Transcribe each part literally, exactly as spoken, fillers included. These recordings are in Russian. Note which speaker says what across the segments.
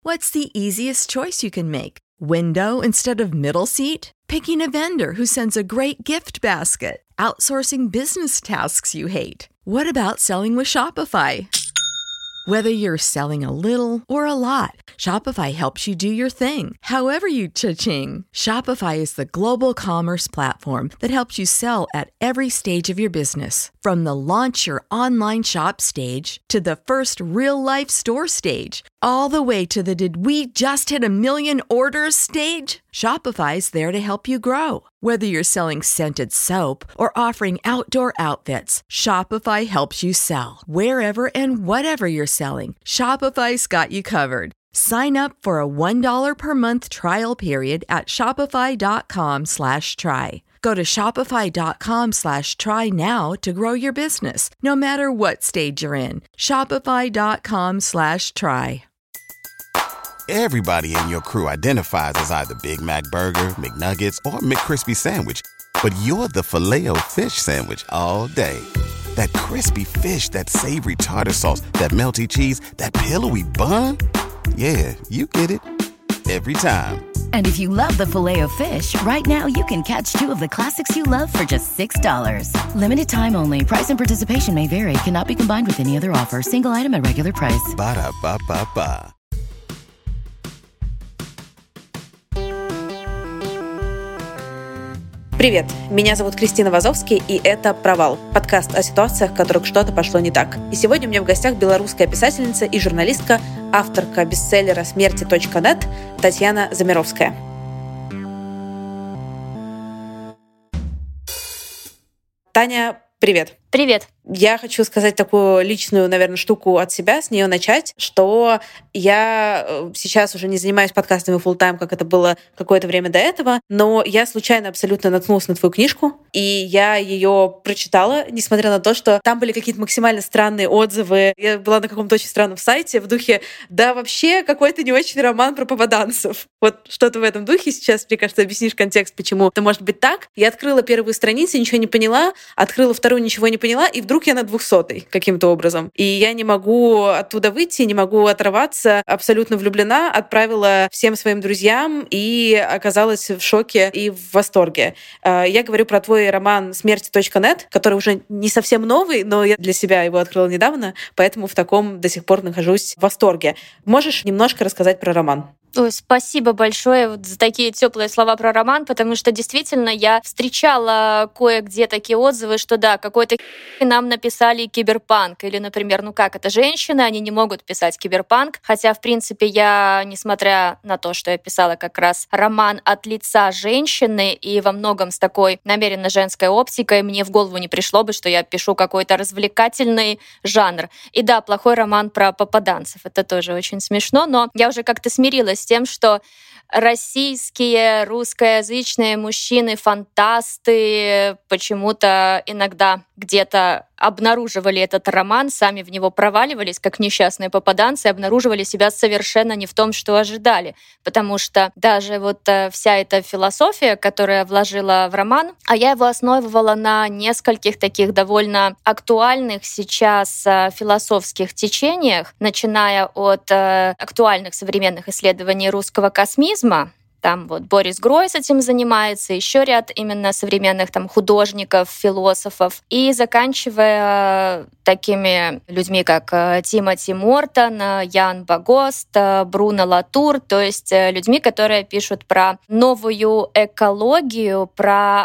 Speaker 1: What's the easiest choice you can make? Window instead of middle seat? Picking a vendor who sends a great gift basket? Outsourcing business tasks you hate? What about selling with Shopify? Whether you're selling a little or a lot, Shopify helps you do your thing, however you cha-ching. Shopify is the global commerce platform that helps you sell at every stage of your business. From the launch your online shop stage to the first real-life store stage, all the way to the did we just hit a million orders stage. Shopify's there to help you grow. Whether you're selling scented soap or offering outdoor outfits, Shopify helps you sell. Wherever and whatever you're selling, Shopify's got you covered. Sign up for a one dollar per month trial period at shopify.com slash try. Go to shopify.com slash try now to grow your business, no matter what stage you're in. Shopify.com slash try.
Speaker 2: Everybody in your crew identifies as either Big Mac Burger, McNuggets, or McCrispy Sandwich. But you're the Filet-O-Fish Sandwich all day. That crispy fish, that savory tartar sauce, that melty cheese, that pillowy bun. Yeah, you get it. Every time.
Speaker 3: And if you love the Filet-O-Fish, right now you can catch two of the classics you love for just six dollars. Limited time only. Price and participation may vary. Cannot be combined with any other offer. Single item at regular price.
Speaker 2: Ba-da-ba-ba-ba.
Speaker 4: Привет, меня зовут Кристина Вазовский, и это «Провал» — подкаст о ситуациях, в которых что-то пошло не так. И сегодня у меня в гостях белорусская писательница и журналистка, авторка бестселлера смерти точка нет Татьяна Замировская. Таня, привет.
Speaker 5: Привет.
Speaker 4: Я хочу сказать такую личную, наверное, штуку от себя, с нее начать, что я сейчас уже не занимаюсь подкастами full-time, как это было какое-то время до этого, но я случайно абсолютно наткнулась на твою книжку, и я ее прочитала, несмотря на то, что там были какие-то максимально странные отзывы. Я была на каком-то очень странном сайте в духе «да вообще какой-то не очень роман про попаданцев». Вот что-то в этом духе. Сейчас, мне кажется, объяснишь контекст, почему это может быть так. Я открыла первую страницу, ничего не поняла, открыла вторую, ничего не поняла, и вдруг я на двухсотой каким-то образом. И я не могу оттуда выйти, не могу оторваться, абсолютно влюблена, отправила всем своим друзьям и оказалась в шоке и в восторге. Я говорю про твой роман смерти точка нет, который уже не совсем новый, но я для себя его открыла недавно, поэтому в таком до сих пор нахожусь в восторге. Можешь немножко рассказать про роман?
Speaker 5: Ой, спасибо большое вот за такие теплые слова про роман, потому что действительно я встречала кое-где такие отзывы, что да, какой-то нам написали киберпанк, или, например, ну как, это женщины, они не могут писать киберпанк, хотя, в принципе, я, несмотря на то, что я писала как раз роман от лица женщины и во многом с такой намеренно женской оптикой, мне в голову не пришло бы, что я пишу какой-то развлекательный жанр. И да, плохой роман про попаданцев, это тоже очень смешно, но я уже как-то смирилась с тем, что российские русскоязычные мужчины-фантасты почему-то иногда где-то обнаруживали этот роман, сами в него проваливались, как несчастные попаданцы, и обнаруживали себя совершенно не в том, что ожидали. Потому что даже вот вся эта философия, которую я вложила в роман, а я его основывала на нескольких таких довольно актуальных сейчас философских течениях, начиная от актуальных современных исследований русского космизма. Там вот Борис Гройс этим занимается, еще ряд именно современных там художников, философов, и заканчивая такими людьми, как Тимоти Мортон, Ян Багост, Бруно Латур, то есть людьми, которые пишут про новую экологию, про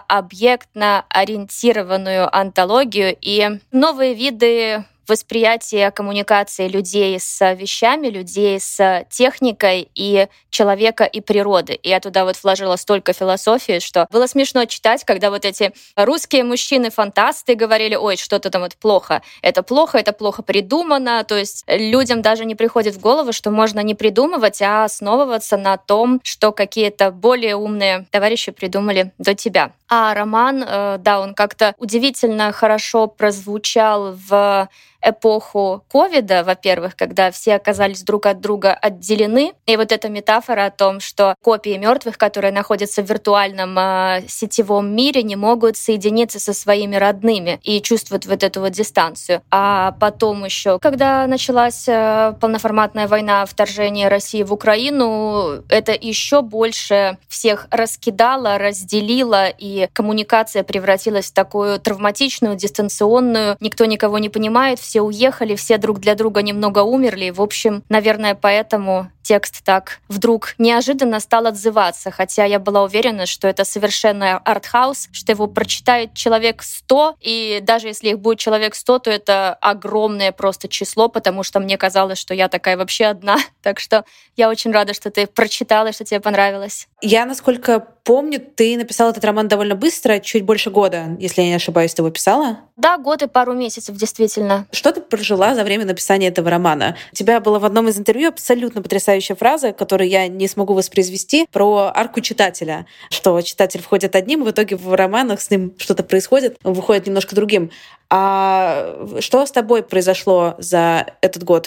Speaker 5: объектно-ориентированную онтологию и новые виды восприятие коммуникации людей с вещами, людей с техникой и человека и природы. И я туда вот вложила столько философии, что было смешно читать, когда вот эти русские мужчины-фантасты говорили: ой, что-то там вот плохо, это плохо, это плохо придумано. То есть людям даже не приходит в голову, что можно не придумывать, а основываться на том, что какие-то более умные товарищи придумали до тебя. А роман, да, он как-то удивительно хорошо прозвучал в эпоху ковида, во-первых, когда все оказались друг от друга отделены. И вот эта метафора о том, что копии мертвых, которые находятся в виртуальном э, сетевом мире, не могут соединиться со своими родными и чувствуют вот эту вот дистанцию. А потом еще, когда началась э, полноформатная война, вторжение России в Украину, это еще больше всех раскидало, разделило, и коммуникация превратилась в такую травматичную, дистанционную. Никто никого не понимает, все уехали, все друг для друга немного умерли. В общем, наверное, поэтому текст так вдруг неожиданно стал отзываться, хотя я была уверена, что это совершенно артхаус, что его прочитает человек сто, и даже если их будет человек сто, то это огромное просто число, потому что мне казалось, что я такая вообще одна. Так что я очень рада, что ты прочитала, что тебе понравилось.
Speaker 4: Я, насколько помню, ты написала этот роман довольно быстро, чуть больше года, если я не ошибаюсь, ты его писала?
Speaker 5: Да, год и пару месяцев, действительно.
Speaker 4: Что ты прожила за время написания этого романа? У тебя была в одном из интервью абсолютно потрясающая фраза, которую я не смогу воспроизвести, про арку читателя, что читатель входит одним, в итоге в романах с ним что-то происходит, он выходит немножко другим. А что с тобой произошло за этот год?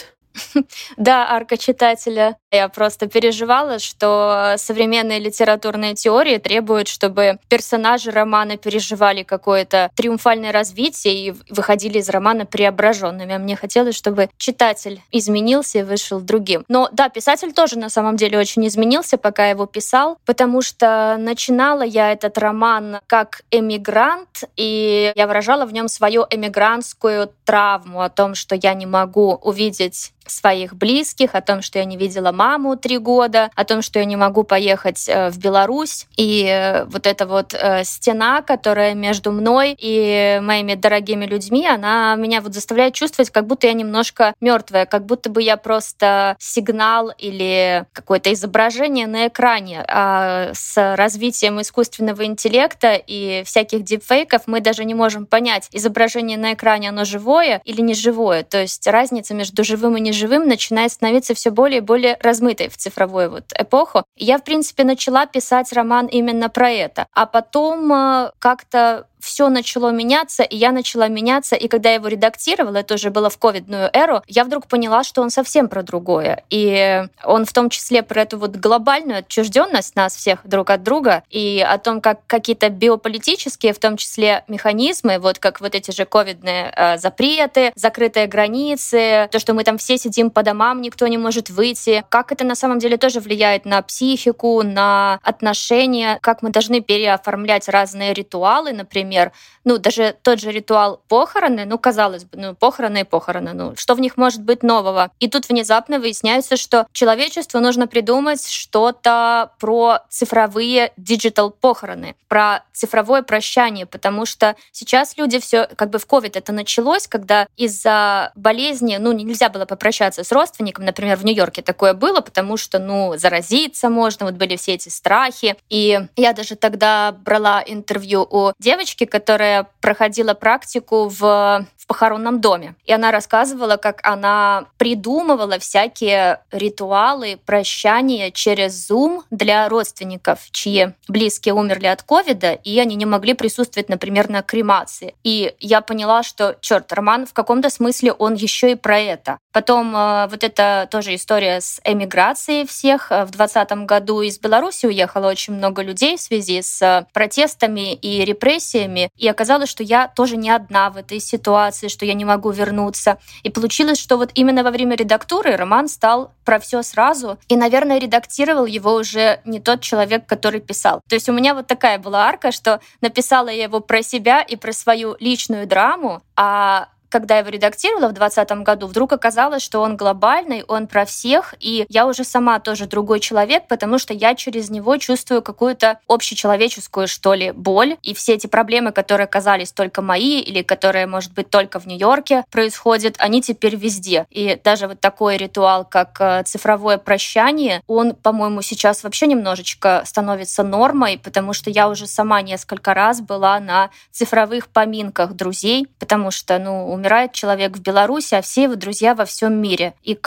Speaker 5: Да, арка читателя. Я просто переживала, что современные литературные теории требуют, чтобы персонажи романа переживали какое-то триумфальное развитие и выходили из романа преображенными. А мне хотелось, чтобы читатель изменился и вышел другим. Но да, писатель тоже на самом деле очень изменился, пока я его писал, потому что начинала я этот роман как эмигрант, и я выражала в нем свою эмигрантскую травму о том, что я не могу увидеть своих близких, о том, что я не видела маму три года, о том, что я не могу поехать в Беларусь. И вот эта вот стена, которая между мной и моими дорогими людьми, она меня вот заставляет чувствовать, как будто я немножко мертвая, как будто бы я просто сигнал или какое-то изображение на экране. А с развитием искусственного интеллекта и всяких дипфейков мы даже не можем понять, изображение на экране, оно живое или не живое. То есть разница между живым и неживым живым начинает становиться все более и более размытой в цифровую вот эпоху. И я, в принципе, начала писать роман именно про это. А потом э, как-то все начало меняться, и я начала меняться. И когда я его редактировала, это уже было в ковидную эру, я вдруг поняла, что он совсем про другое. И он в том числе про эту вот глобальную отчужденность нас всех друг от друга и о том, как какие-то биополитические, в том числе механизмы, вот как вот эти же ковидные э, запреты, закрытые границы, то, что мы там все сидим по домам, никто не может выйти, как это на самом деле тоже влияет на психику, на отношения, как мы должны переоформлять разные ритуалы, например, ну, даже тот же ритуал похороны, ну, казалось бы, ну, похороны и похороны, ну, что в них может быть нового? И тут внезапно выясняется, что человечеству нужно придумать что-то про цифровые диджитал похороны, про цифровое прощание, потому что сейчас люди все, как бы в ковид это началось, когда из-за болезни, ну, нельзя было попрощаться с родственником, например, в Нью-Йорке такое было, потому что, ну, заразиться можно, вот были все эти страхи. И я даже тогда брала интервью у девочки, которая проходила практику в, в похоронном доме. И она рассказывала, как она придумывала всякие ритуалы прощания через Zoom для родственников, чьи близкие умерли от ковида, и они не могли присутствовать, например, на кремации. И я поняла, что, черт, роман в каком-то смысле он еще и про это. Потом э, вот эта тоже история с эмиграцией всех. В двадцатом году из Беларуси уехало очень много людей в связи с протестами и репрессиями. И оказалось, что я тоже не одна в этой ситуации, что я не могу вернуться. И получилось, что вот именно во время редактуры роман стал про все сразу. И, наверное, редактировал его уже не тот человек, который писал. То есть у меня вот такая была арка, что написала я его про себя и про свою личную драму, а когда я его редактировала в двадцатом году, вдруг оказалось, что он глобальный, он про всех, и я уже сама тоже другой человек, потому что я через него чувствую какую-то общечеловеческую, что ли, боль, и все эти проблемы, которые казались только мои, или которые, может быть, только в Нью-Йорке происходят, они теперь везде. И даже вот такой ритуал, как цифровое прощание, он, по-моему, сейчас вообще немножечко становится нормой, потому что я уже сама несколько раз была на цифровых поминках друзей, потому что, ну, умирает человек в Беларуси, а все его друзья во всем мире. И как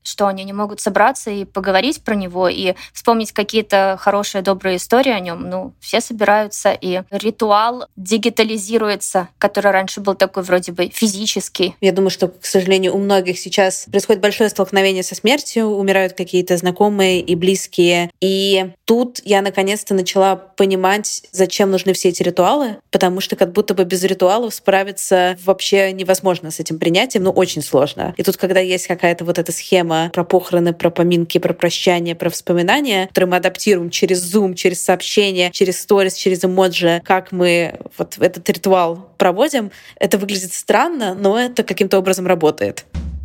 Speaker 5: что они не могут собраться и поговорить про него, и вспомнить какие-то хорошие, добрые истории о нем. Ну, все собираются, и ритуал дигитализируется, который раньше был такой вроде бы физический.
Speaker 4: Я думаю, что, к сожалению, у многих сейчас происходит большое столкновение со смертью, умирают какие-то знакомые и близкие. И тут я наконец-то начала понимать, зачем нужны все эти ритуалы, потому что как будто бы без ритуалов справиться вообще невозможно с этим принятием, ну, очень сложно. И тут, когда есть какая-то вот эта схема про похороны, про поминки, про прощание, про вспоминания, которые мы адаптируем через Zoom, через сообщения, через сторис, через эмоджи, как мы вот этот ритуал проводим, это выглядит странно, но это каким-то образом работает.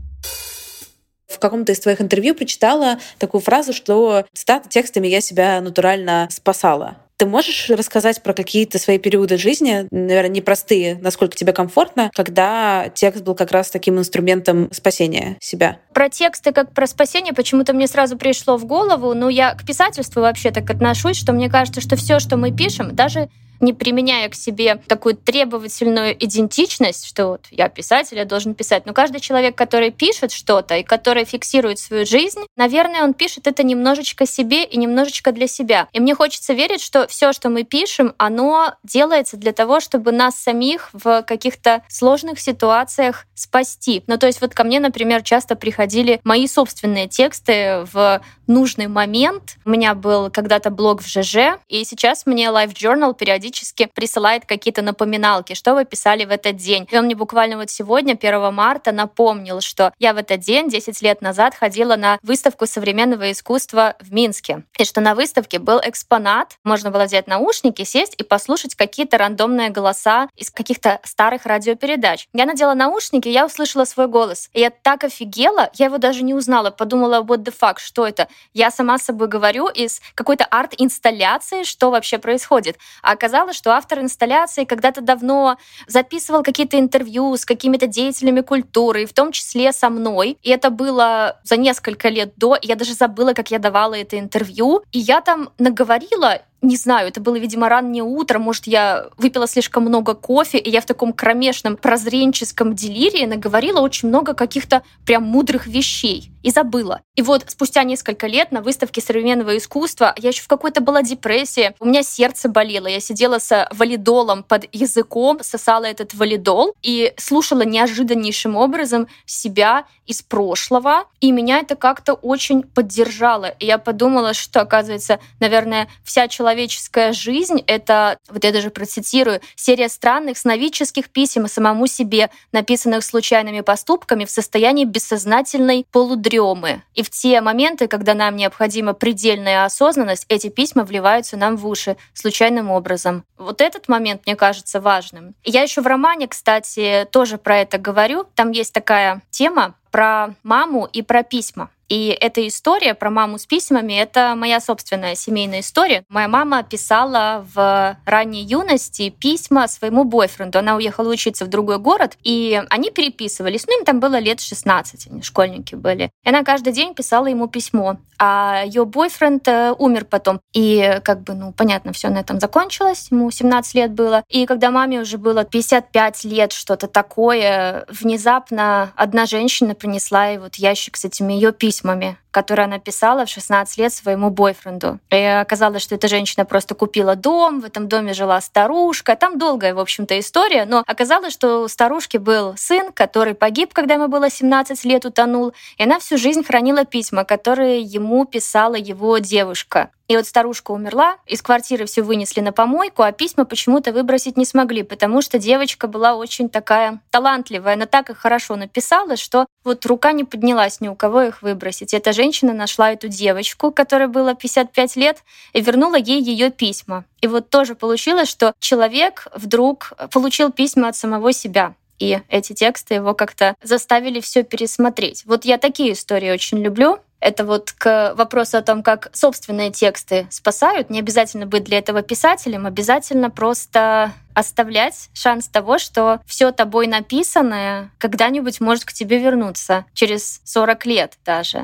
Speaker 4: В каком-то из твоих интервью прочитала такую фразу, что цитата текстами я себя натурально спасала. Ты можешь рассказать про какие-то свои периоды жизни, наверное, непростые, насколько тебе комфортно, когда текст был как раз таким инструментом спасения себя?
Speaker 5: Про тексты как про спасение почему-то мне сразу пришло в голову, но я к писательству вообще так отношусь, что мне кажется, что все, что мы пишем, даже не применяя к себе такую требовательную идентичность, что вот я писатель, я должен писать. Но каждый человек, который пишет что-то и который фиксирует свою жизнь, наверное, он пишет это немножечко себе и немножечко для себя. И мне хочется верить, что все, что мы пишем, оно делается для того, чтобы нас самих в каких-то сложных ситуациях спасти. Ну, то есть вот ко мне, например, часто приходили мои собственные тексты в нужный момент. У меня был когда-то блог в ЖЖ, и сейчас мне Life Journal периодически присылает какие-то напоминалки, что вы писали в этот день. И он мне буквально вот сегодня, первого марта, напомнил, что я в этот день, десять лет назад, ходила на выставку современного искусства в Минске. И что на выставке был экспонат. Можно было взять наушники, сесть и послушать какие-то рандомные голоса из каких-то старых радиопередач. Я надела наушники, я услышала свой голос. И я так офигела, я его даже не узнала. Подумала, what the fuck, что это? Я сама с собой говорю из какой-то арт-инсталляции, что вообще происходит. А оказалось, что автор инсталляции когда-то давно записывал какие-то интервью с какими-то деятелями культуры, в том числе со мной. И это было за несколько лет до. Я даже забыла, как я давала это интервью. И я там наговорила, не знаю, это было, видимо, раннее утро, может, я выпила слишком много кофе, и я в таком кромешном прозренческом делирии наговорила очень много каких-то прям мудрых вещей и забыла. И вот спустя несколько лет на выставке современного искусства я еще в какой-то была депрессии, у меня сердце болело, я сидела с валидолом под языком, сосала этот валидол и слушала неожиданнейшим образом себя из прошлого, и меня это как-то очень поддержало. И я подумала, что, оказывается, наверное, вся человеческая Человеческая жизнь — это, вот я даже процитирую, серия странных сновидческих писем самому себе, написанных случайными поступками в состоянии бессознательной полудремы. И в те моменты, когда нам необходима предельная осознанность, эти письма вливаются нам в уши случайным образом. Вот этот момент мне кажется важным. И я еще в романе, кстати, тоже про это говорю. Там есть такая тема про маму и про письма. И эта история про маму с письмами — это моя собственная семейная история. Моя мама писала в ранней юности письма своему бойфренду. Она уехала учиться в другой город, и они переписывались. Ну, им там было лет шестнадцать, они школьники были. И она каждый день писала ему письмо. А ее бойфренд умер потом. И как бы, ну, понятно, все на этом закончилось. Ему семнадцать лет было. И когда маме уже было пятьдесят пять лет, что-то такое, внезапно одна женщина принесла ей вот ящик с этими ее письмами, которые она писала в шестнадцать лет своему бойфренду. И оказалось, что эта женщина просто купила дом, в этом доме жила старушка. Там долгая, в общем-то, история, но оказалось, что у старушки был сын, который погиб, когда ему было семнадцать лет, утонул, и она всю жизнь хранила письма, которые ему писала его девушка. И вот старушка умерла, из квартиры все вынесли на помойку, а письма почему-то выбросить не смогли, потому что девочка была очень такая талантливая. Она так их хорошо написала, что вот рука не поднялась ни у кого их выбросить. Эта женщина нашла эту девочку, которой было пятьдесят пять лет, и вернула ей ее письма. И вот тоже получилось, что человек вдруг получил письма от самого себя. И эти тексты его как-то заставили все пересмотреть. Вот я такие истории очень люблю. Это вот к вопросу о том, как собственные тексты спасают. Не обязательно быть для этого писателем, обязательно просто оставлять шанс того, что все тобой написанное когда-нибудь может к тебе вернуться, через сорок лет даже.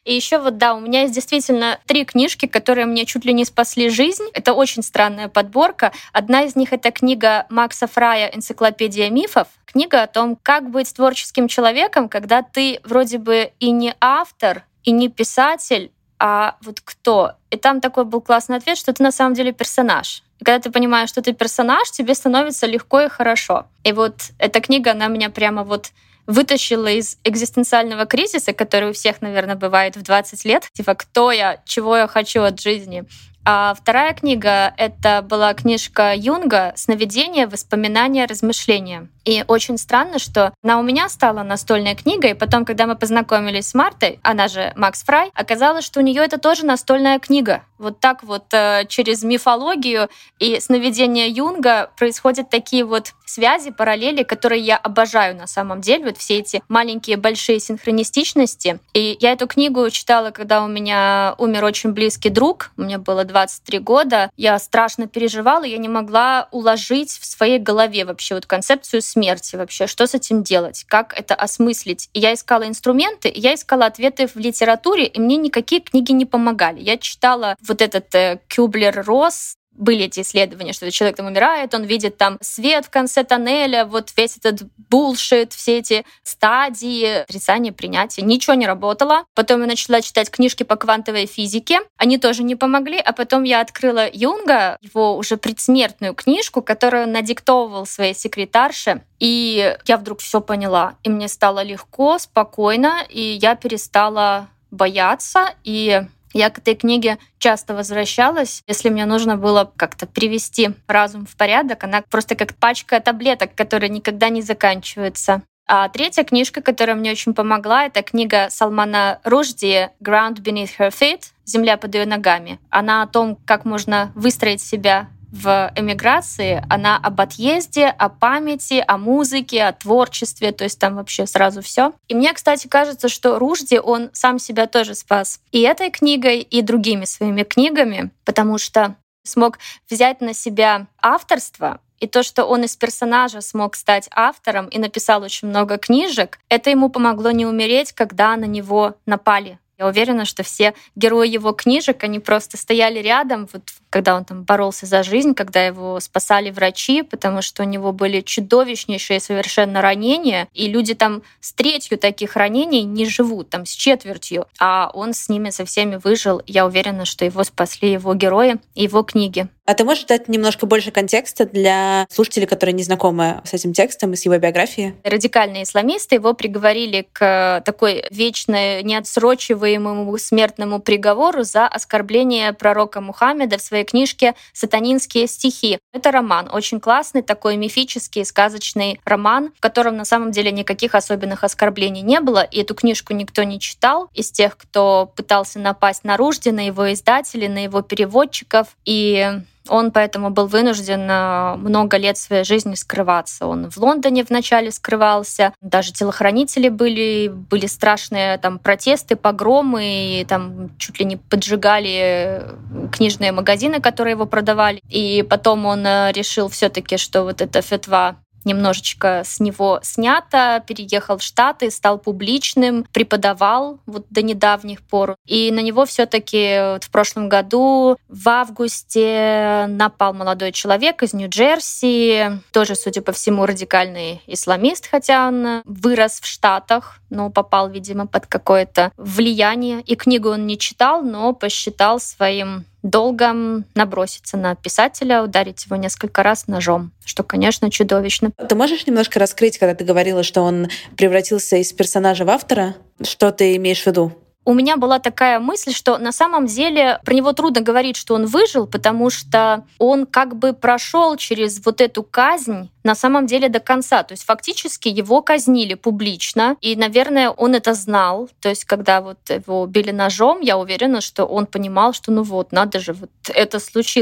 Speaker 5: И еще вот, да, у меня есть действительно три книжки, которые мне чуть ли не спасли жизнь. Это очень странная подборка. Одна из них — это книга Макса Фрая «Энциклопедия мифов». Книга о том, как быть творческим человеком, когда ты вроде бы и не автор, и не писатель, а вот кто? И там такой был классный ответ, что ты на самом деле персонаж. И когда ты понимаешь, что ты персонаж, тебе становится легко и хорошо. И вот эта книга, она меня прямо вот вытащила из экзистенциального кризиса, который у всех, наверное, бывает в двадцать лет. Типа, кто я, чего я хочу от жизни. А вторая книга — это была книжка Юнга «Сновидения, воспоминания, размышления». И очень странно, что она у меня стала настольной книгой, и потом, когда мы познакомились с Мартой, она же Макс Фрай, оказалось, что у нее это тоже настольная книга. Вот так вот э, через мифологию и сновидения Юнга происходят такие вот связи, параллели, которые я обожаю на самом деле. Вот все эти маленькие большие синхронистичности. И я эту книгу читала, когда у меня умер очень близкий друг. Мне было двадцать три года. Я страшно переживала, я не могла уложить в своей голове вообще вот концепцию смерти вообще, что с этим делать, как это осмыслить. И я искала инструменты, и я искала ответы в литературе, и мне никакие книги не помогали. Я читала вот этот э, Кюблер-Росс, были эти исследования, что этот человек там умирает, он видит там свет в конце тоннеля, вот весь этот булшит, все эти стадии отрицания, принятия. Ничего не работало. Потом я начала читать книжки по квантовой физике. Они тоже не помогли. А потом я открыла Юнга, его уже предсмертную книжку, которую он надиктовывал своей секретарше. И я вдруг все поняла. И мне стало легко, спокойно, и я перестала бояться. И я к этой книге часто возвращалась, если мне нужно было как-то привести разум в порядок. Она просто как пачка таблеток, которые никогда не заканчиваются. А третья книжка, которая мне очень помогла, это книга Салмана Рушди «Ground Beneath Her Feet» «Земля под ее ногами». Она о том, как можно выстроить себя в эмиграции. Она об отъезде, о памяти, о музыке, о творчестве, то есть там вообще сразу все. И мне, кстати, кажется, что Рушди, он сам себя тоже спас и этой книгой, и другими своими книгами, потому что смог взять на себя авторство, и то, что он из персонажа смог стать автором и написал очень много книжек, это ему помогло не умереть, когда на него напали. Я уверена, что все герои его книжек, они просто стояли рядом, вот, когда он там боролся за жизнь, когда его спасали врачи, потому что у него были чудовищнейшие совершенно ранения, и люди там с третью таких ранений не живут, там с четвертью, а он с ними со всеми выжил. Я уверена, что его спасли его герои и его книги.
Speaker 4: А ты можешь дать немножко больше контекста для слушателей, которые не знакомы с этим текстом и с его биографией?
Speaker 5: Радикальные исламисты его приговорили к такой вечно неотсрочиваемому смертному приговору за оскорбление пророка Мухаммеда в своей книжке «Сатанинские стихи». Это роман, очень классный, такой мифический, сказочный роман, в котором на самом деле никаких особенных оскорблений не было, и эту книжку никто не читал из тех, кто пытался напасть на Рушди, на его издателей, на его переводчиков, и он поэтому был вынужден много лет своей жизни скрываться. Он в Лондоне вначале скрывался, даже телохранители были, были страшные там протесты, погромы, и там чуть ли не поджигали книжные магазины, которые его продавали. И потом он решил все-таки, что вот эта фетва немножечко с него снято, переехал в Штаты, стал публичным, преподавал вот до недавних пор. И на него все-таки вот в прошлом году в августе напал молодой человек из Нью-Джерси, тоже, судя по всему, радикальный исламист, хотя он вырос в Штатах, но попал, видимо, под какое-то влияние. И книгу он не читал, но посчитал своим долгом наброситься на писателя, ударить его несколько раз ножом, что, конечно, чудовищно.
Speaker 4: Ты можешь немножко раскрыть, когда ты говорила, что он превратился из персонажа в автора? Что ты имеешь в виду?
Speaker 5: У меня была такая мысль, что на самом деле про него трудно говорить, что он выжил, потому что он как бы прошел через вот эту казнь на самом деле до конца. То есть фактически его казнили публично, и, наверное, он это знал. То есть когда вот его били ножом, я уверена, что он понимал, что ну вот, надо же, вот это случилось.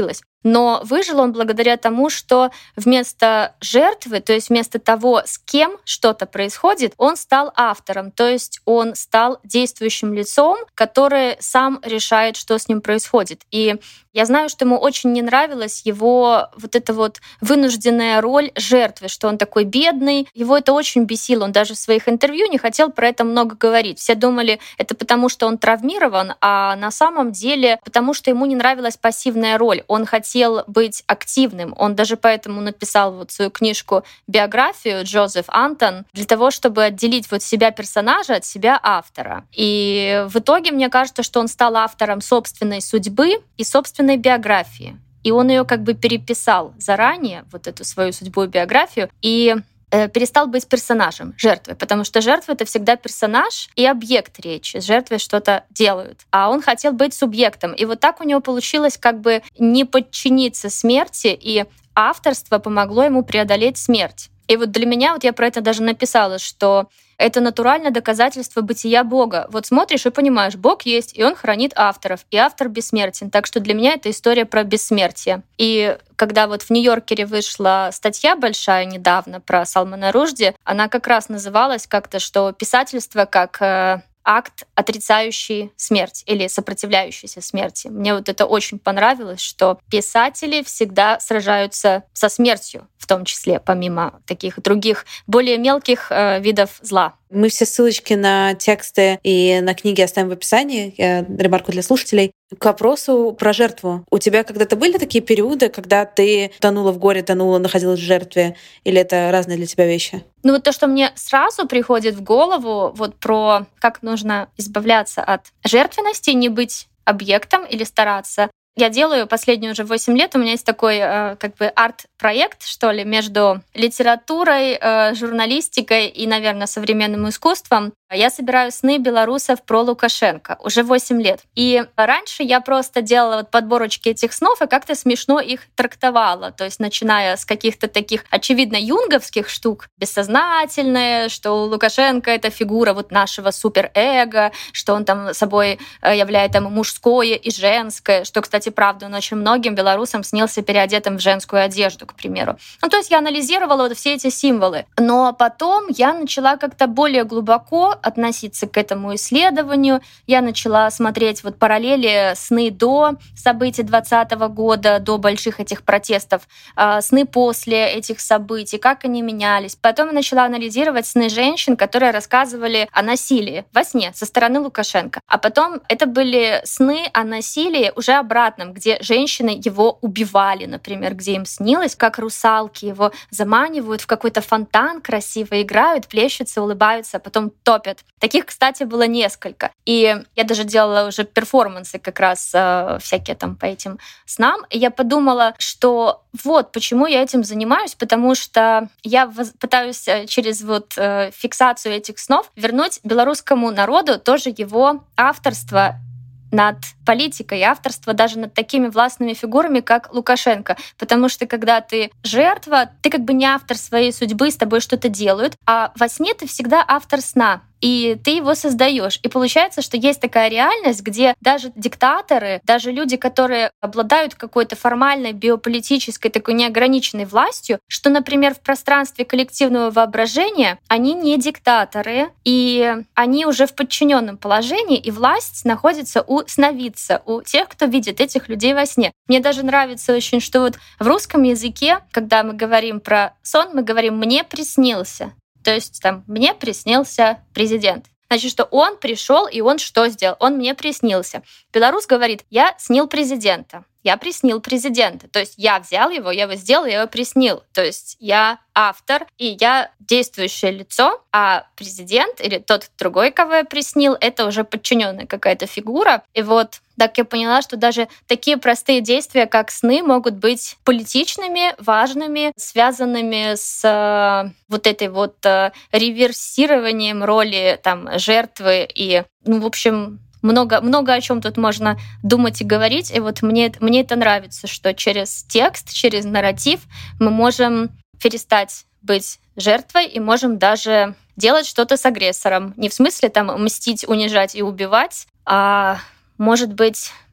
Speaker 5: Но выжил он благодаря тому, что вместо жертвы, то есть вместо того, с кем что-то происходит, он стал автором, то есть он стал действующим лицом, который сам решает, что с ним происходит. И я знаю, что ему очень не нравилась его вот эта вот вынужденная роль жертвы, что он такой бедный. Его это очень бесило. Он даже в своих интервью не хотел про это много говорить. Все думали, это потому, что он травмирован, а на самом деле потому, что ему не нравилась пассивная роль. Он хотел быть активным. Он даже поэтому написал вот свою книжку «Биографию» Джозеф Антон для того, чтобы отделить вот себя персонажа от себя автора. И в итоге мне кажется, что он стал автором собственной судьбы и собственной биографии. И он ее как бы переписал заранее, вот эту свою судьбу и биографию, и э, перестал быть персонажем, жертвой, потому что жертва — это всегда персонаж и объект речи. С жертвой что-то делают. А он хотел быть субъектом. И вот так у него получилось как бы не подчиниться смерти, и авторство помогло ему преодолеть смерть. И вот для меня, вот я про это даже написала, что это натуральное доказательство бытия Бога. Вот смотришь и понимаешь, Бог есть, и Он хранит авторов, и автор бессмертен. Так что для меня это история про бессмертие. И когда вот в Нью-Йоркере вышла статья большая недавно про Салмана Рушди, она как раз называлась как-то, что писательство как э, акт, отрицающий смерть или сопротивляющийся смерти. Мне вот это очень понравилось, что писатели всегда сражаются со смертью, в том числе, помимо таких других, более мелких э, видов зла.
Speaker 4: Мы все ссылочки на тексты и на книги оставим в описании. Я ремарку для слушателей. К вопросу про жертву. У тебя когда-то были такие периоды, когда ты тонула в горе, тонула, находилась в жертве? Или это разные для тебя вещи?
Speaker 5: Ну вот то, что мне сразу приходит в голову, вот про как нужно избавляться от жертвенности, не быть объектом или стараться. Я делаю последние уже восемь лет. У меня есть такой э, как бы арт-проект, что ли, между литературой, э, журналистикой и, наверное, современным искусством. Я собираю сны белорусов про Лукашенко уже восемь лет. И раньше я просто делала вот подборочки этих снов и как-то смешно их трактовала. То есть начиная с каких-то таких очевидно юнговских штук, бессознательные, что Лукашенко — это фигура вот нашего суперэго, что он там собой являет там мужское и женское, что, кстати, правда, он очень многим белорусам снился переодетым в женскую одежду, к примеру. Ну, то есть я анализировала вот все эти символы. Но потом я начала как-то более глубоко относиться к этому исследованию. Я начала смотреть вот параллели сны до событий двадцатого года, до больших этих протестов, сны после этих событий, как они менялись. Потом я начала анализировать сны женщин, которые рассказывали о насилии во сне со стороны Лукашенко. А потом это были сны о насилии уже обратном, где женщины его убивали, например, где им снилось, как русалки его заманивают в какой-то фонтан, красиво играют, плещутся, улыбаются, а потом топят. Таких, кстати, было несколько. И я даже делала уже перформансы как раз э, всякие там по этим снам. И я подумала, что вот почему я этим занимаюсь, потому что я воз- пытаюсь через вот э, фиксацию этих снов вернуть белорусскому народу тоже его авторство над политикой и авторство даже над такими властными фигурами, как Лукашенко. Потому что когда ты жертва, ты как бы не автор своей судьбы, с тобой что-то делают, а во сне ты всегда автор сна. И ты его создаешь. И получается, что есть такая реальность, где даже диктаторы, даже люди, которые обладают какой-то формальной биополитической такой неограниченной властью, что, например, в пространстве коллективного воображения они не диктаторы, и они уже в подчиненном положении, и власть находится у сновидца, у тех, кто видит этих людей во сне. Мне даже нравится очень, что вот в русском языке, когда мы говорим про сон, мы говорим «мне приснился». То есть там «мне приснился президент». Значит, что он пришел и он что сделал? Он мне приснился. Белорус говорит «я снил президента». Я приснил президента. То есть я взял его, я его сделал, я его приснил. То есть я автор, и я действующее лицо, а президент или тот другой, кого я приснил, это уже подчиненная какая-то фигура. И вот так я поняла, что даже такие простые действия, как сны, могут быть политичными, важными, связанными с э, вот этой вот э, реверсированием роли там, жертвы. И, ну, в общем, много, много о чем тут можно думать и говорить. И вот мне, мне это нравится, что через текст, через нарратив мы можем перестать быть жертвой и можем даже делать что-то с агрессором. Не в смысле там мстить, унижать и убивать, а может быть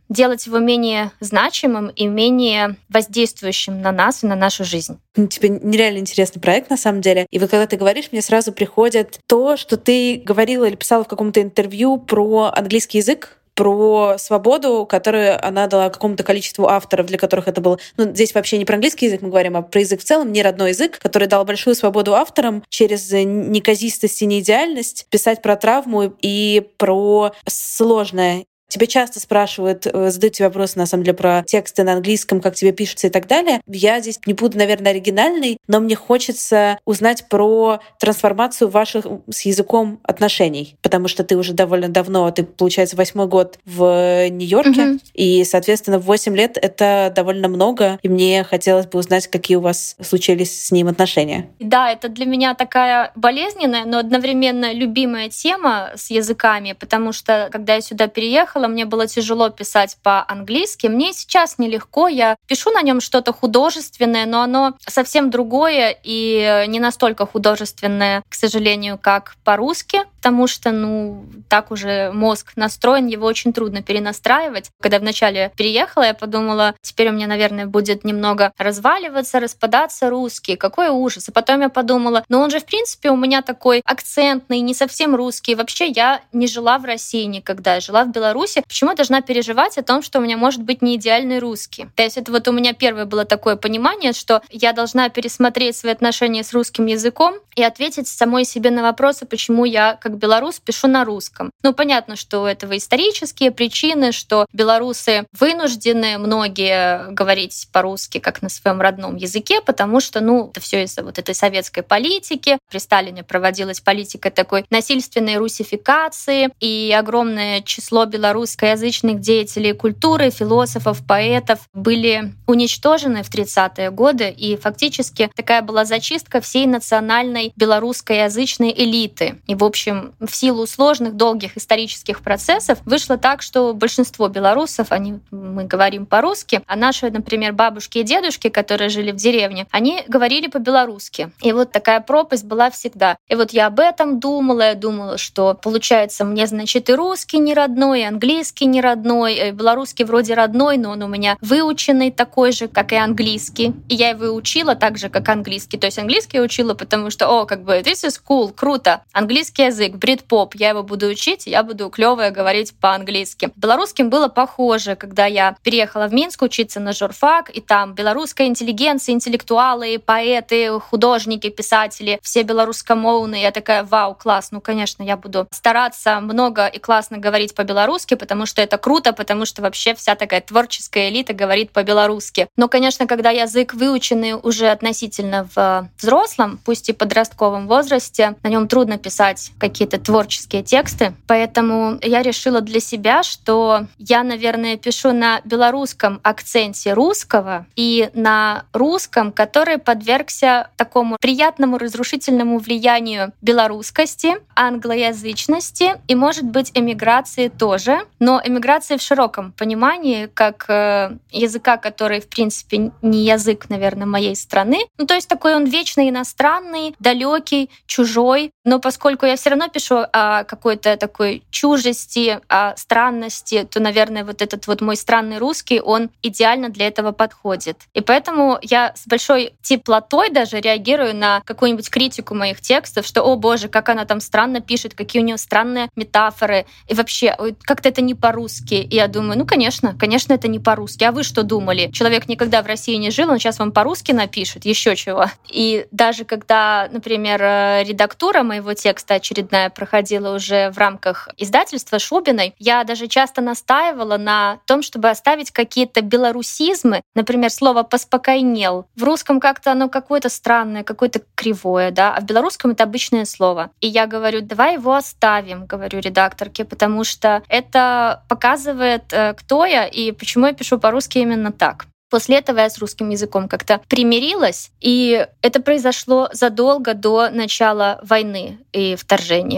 Speaker 5: делать его менее значимым и менее воздействующим на нас и на нашу жизнь.
Speaker 4: Тебе нереально интересный проект, на самом деле. И вот когда ты говоришь, мне сразу приходит то, что ты говорила или писала в каком-то интервью про английский язык, про свободу, которую она дала какому-то количеству авторов, для которых это было... Ну, здесь вообще не про английский язык мы говорим, а про язык в целом, не родной язык, который дал большую свободу авторам через неказистость и неидеальность писать про травму и про сложное. Тебя часто спрашивают, задают тебе вопросы, на самом деле, про тексты на английском, как тебе пишутся и так далее. Я здесь не буду, наверное, оригинальной, но мне хочется узнать про трансформацию ваших с языком отношений, потому что ты уже довольно давно, ты, получается, восьмой год в Нью-Йорке, mm-hmm. и, соответственно, в восемь лет это довольно много, и мне хотелось бы узнать, какие у вас случились с ним отношения.
Speaker 5: Да, это для меня такая болезненная, но одновременно любимая тема с языками, потому что, когда я сюда переехала, мне было тяжело писать по-английски. Мне сейчас нелегко, я пишу на нем что-то художественное, но оно совсем другое и не настолько художественное, к сожалению, как по-русски, потому что, ну, так уже мозг настроен, его очень трудно перенастраивать. Когда вначале переехала, я подумала, теперь у меня, наверное, будет немного разваливаться, распадаться русский. Какой ужас. И потом я подумала, ну он же, в принципе, у меня такой акцентный, не совсем русский. Вообще я не жила в России никогда, я жила в Беларуси. Почему я должна переживать о том, что у меня может быть не идеальный русский? То есть это вот у меня первое было такое понимание, что я должна пересмотреть свои отношения с русским языком и ответить самой себе на вопросы, почему я, как белорус, пишу на русском. Ну, понятно, что у этого исторические причины, что белорусы вынуждены многие говорить по-русски, как на своем родном языке, потому что, ну, это все из-за вот этой советской политики. При Сталине проводилась политика такой насильственной русификации, и огромное число белорусов русскоязычных деятелей культуры, философов, поэтов были уничтожены в тридцатые годы, и фактически такая была зачистка всей национальной белорусскоязычной элиты. И, в общем, в силу сложных, долгих исторических процессов вышло так, что большинство белорусов, они, мы говорим по-русски, а наши, например, бабушки и дедушки, которые жили в деревне, они говорили по-белорусски. И вот такая пропасть была всегда. И вот я об этом думала, я думала, что, получается, мне, значит, и русский не родной, и английский Английский не родной, белорусский вроде родной, но он у меня выученный такой же, как и английский. И я его учила так же, как английский. То есть английский я учила, потому что, о, как бы, this is cool, круто. Английский язык, брит-поп, я его буду учить, и я буду клёво говорить по-английски. Белорусским было похоже, когда я переехала в Минск учиться на журфак, и там белорусская интеллигенция, интеллектуалы, поэты, художники, писатели, все белорусскомовные. Я такая, вау, класс, ну, конечно, я буду стараться много и классно говорить по-белорусски, потому что это круто, потому что вообще вся такая творческая элита говорит по-белорусски. Но, конечно, когда язык выученный уже относительно в взрослом, пусть и подростковом возрасте, на нем трудно писать какие-то творческие тексты. Поэтому я решила для себя, что я, наверное, пишу на белорусском акценте русского и на русском, который подвергся такому приятному разрушительному влиянию белорусскости, англоязычности и, может быть, эмиграции тоже. Но эмиграция в широком понимании, как э, языка, который, в принципе, не язык, наверное, моей страны. Ну, то есть такой он вечно иностранный, далекий, чужой. Но поскольку я все равно пишу о какой-то такой чужести, о странности, то, наверное, вот этот вот мой странный русский, он идеально для этого подходит. И поэтому я с большой теплотой даже реагирую на какую-нибудь критику моих текстов, что, о боже, как она там странно пишет, какие у нее странные метафоры. И вообще, как-то это не по-русски. И я думаю, ну, конечно, конечно, это не по-русски. А вы что думали? Человек никогда в России не жил, он сейчас вам по-русски напишет, еще чего. И даже когда, например, редактура моего текста очередная проходила уже в рамках издательства Шубиной, я даже часто настаивала на том, чтобы оставить какие-то белорусизмы. Например, слово «поспокойнел». В русском как-то оно какое-то странное, какое-то кривое, да, а в белорусском это обычное слово. И я говорю, давай его оставим, говорю редакторке, потому что это показывает, кто я и почему я пишу по-русски именно так. После этого я с русским языком как-то примирилась, и это произошло задолго до начала войны и вторжения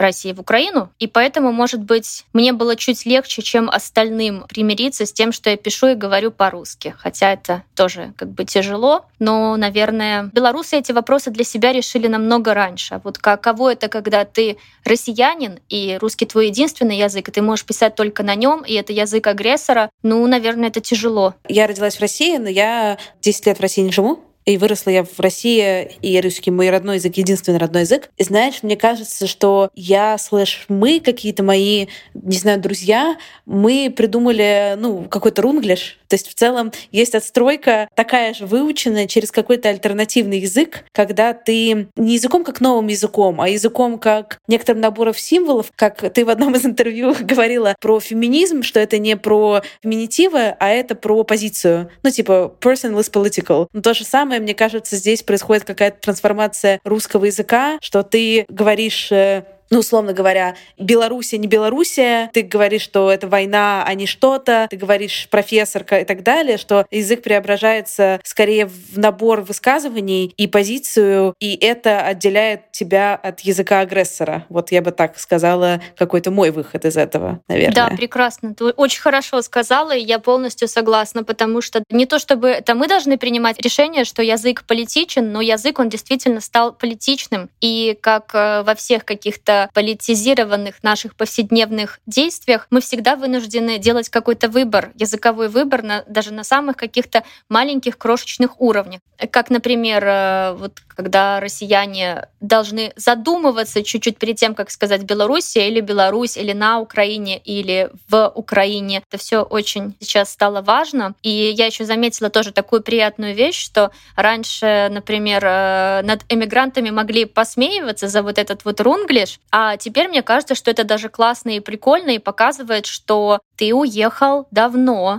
Speaker 5: России в Украину, и поэтому, может быть, мне было чуть легче, чем остальным примириться с тем, что я пишу и говорю по-русски. Хотя это тоже как бы тяжело, но, наверное, белорусы эти вопросы для себя решили намного раньше. Вот каково это, когда ты россиянин, и русский твой единственный язык, и ты можешь писать только на нем, и это язык агрессора, ну, наверное, это тяжело.
Speaker 4: Я родилась в России, но я десять лет в России не живу. И выросла я в России, и русский мой родной язык, единственный родной язык. И знаешь, мне кажется, что я, слэш, мы, какие-то мои, не знаю, друзья, мы придумали, ну, какой-то рунглиш. То есть в целом есть отстройка такая же выученная через какой-то альтернативный язык, когда ты не языком как новым языком, а языком как некоторым набором символов, как ты в одном из интервью говорила про феминизм, что это не про феминитивы, а это про позицию. Ну, типа person is political. Но то же самое, мне кажется, здесь происходит какая-то трансформация русского языка, что ты говоришь, ну, условно говоря, Белоруссия, не Белоруссия, ты говоришь, что это война, а не что-то, ты говоришь профессорка и так далее, что язык преображается скорее в набор высказываний и позицию, и это отделяет тебя от языка агрессора. Вот я бы так сказала, какой-то мой выход из этого, наверное.
Speaker 5: Да, прекрасно. Ты очень хорошо сказала, и я полностью согласна, потому что не то чтобы это мы должны принимать решение, что язык политичен, но язык, он действительно стал политичным. И как во всех каких-то политизированных наших повседневных действиях мы всегда вынуждены делать какой-то выбор, языковой выбор на, даже на самых каких-то маленьких крошечных уровнях. Как, например, вот когда россияне должны задумываться чуть-чуть перед тем, как сказать Белоруссия или Беларусь, или на Украине, или в Украине. Это все очень сейчас стало важно. И я еще заметила тоже такую приятную вещь, что раньше, например, над эмигрантами могли посмеиваться за вот этот вот рунглиш, а теперь мне кажется, что это даже классно и прикольно, и показывает, что ты уехал давно,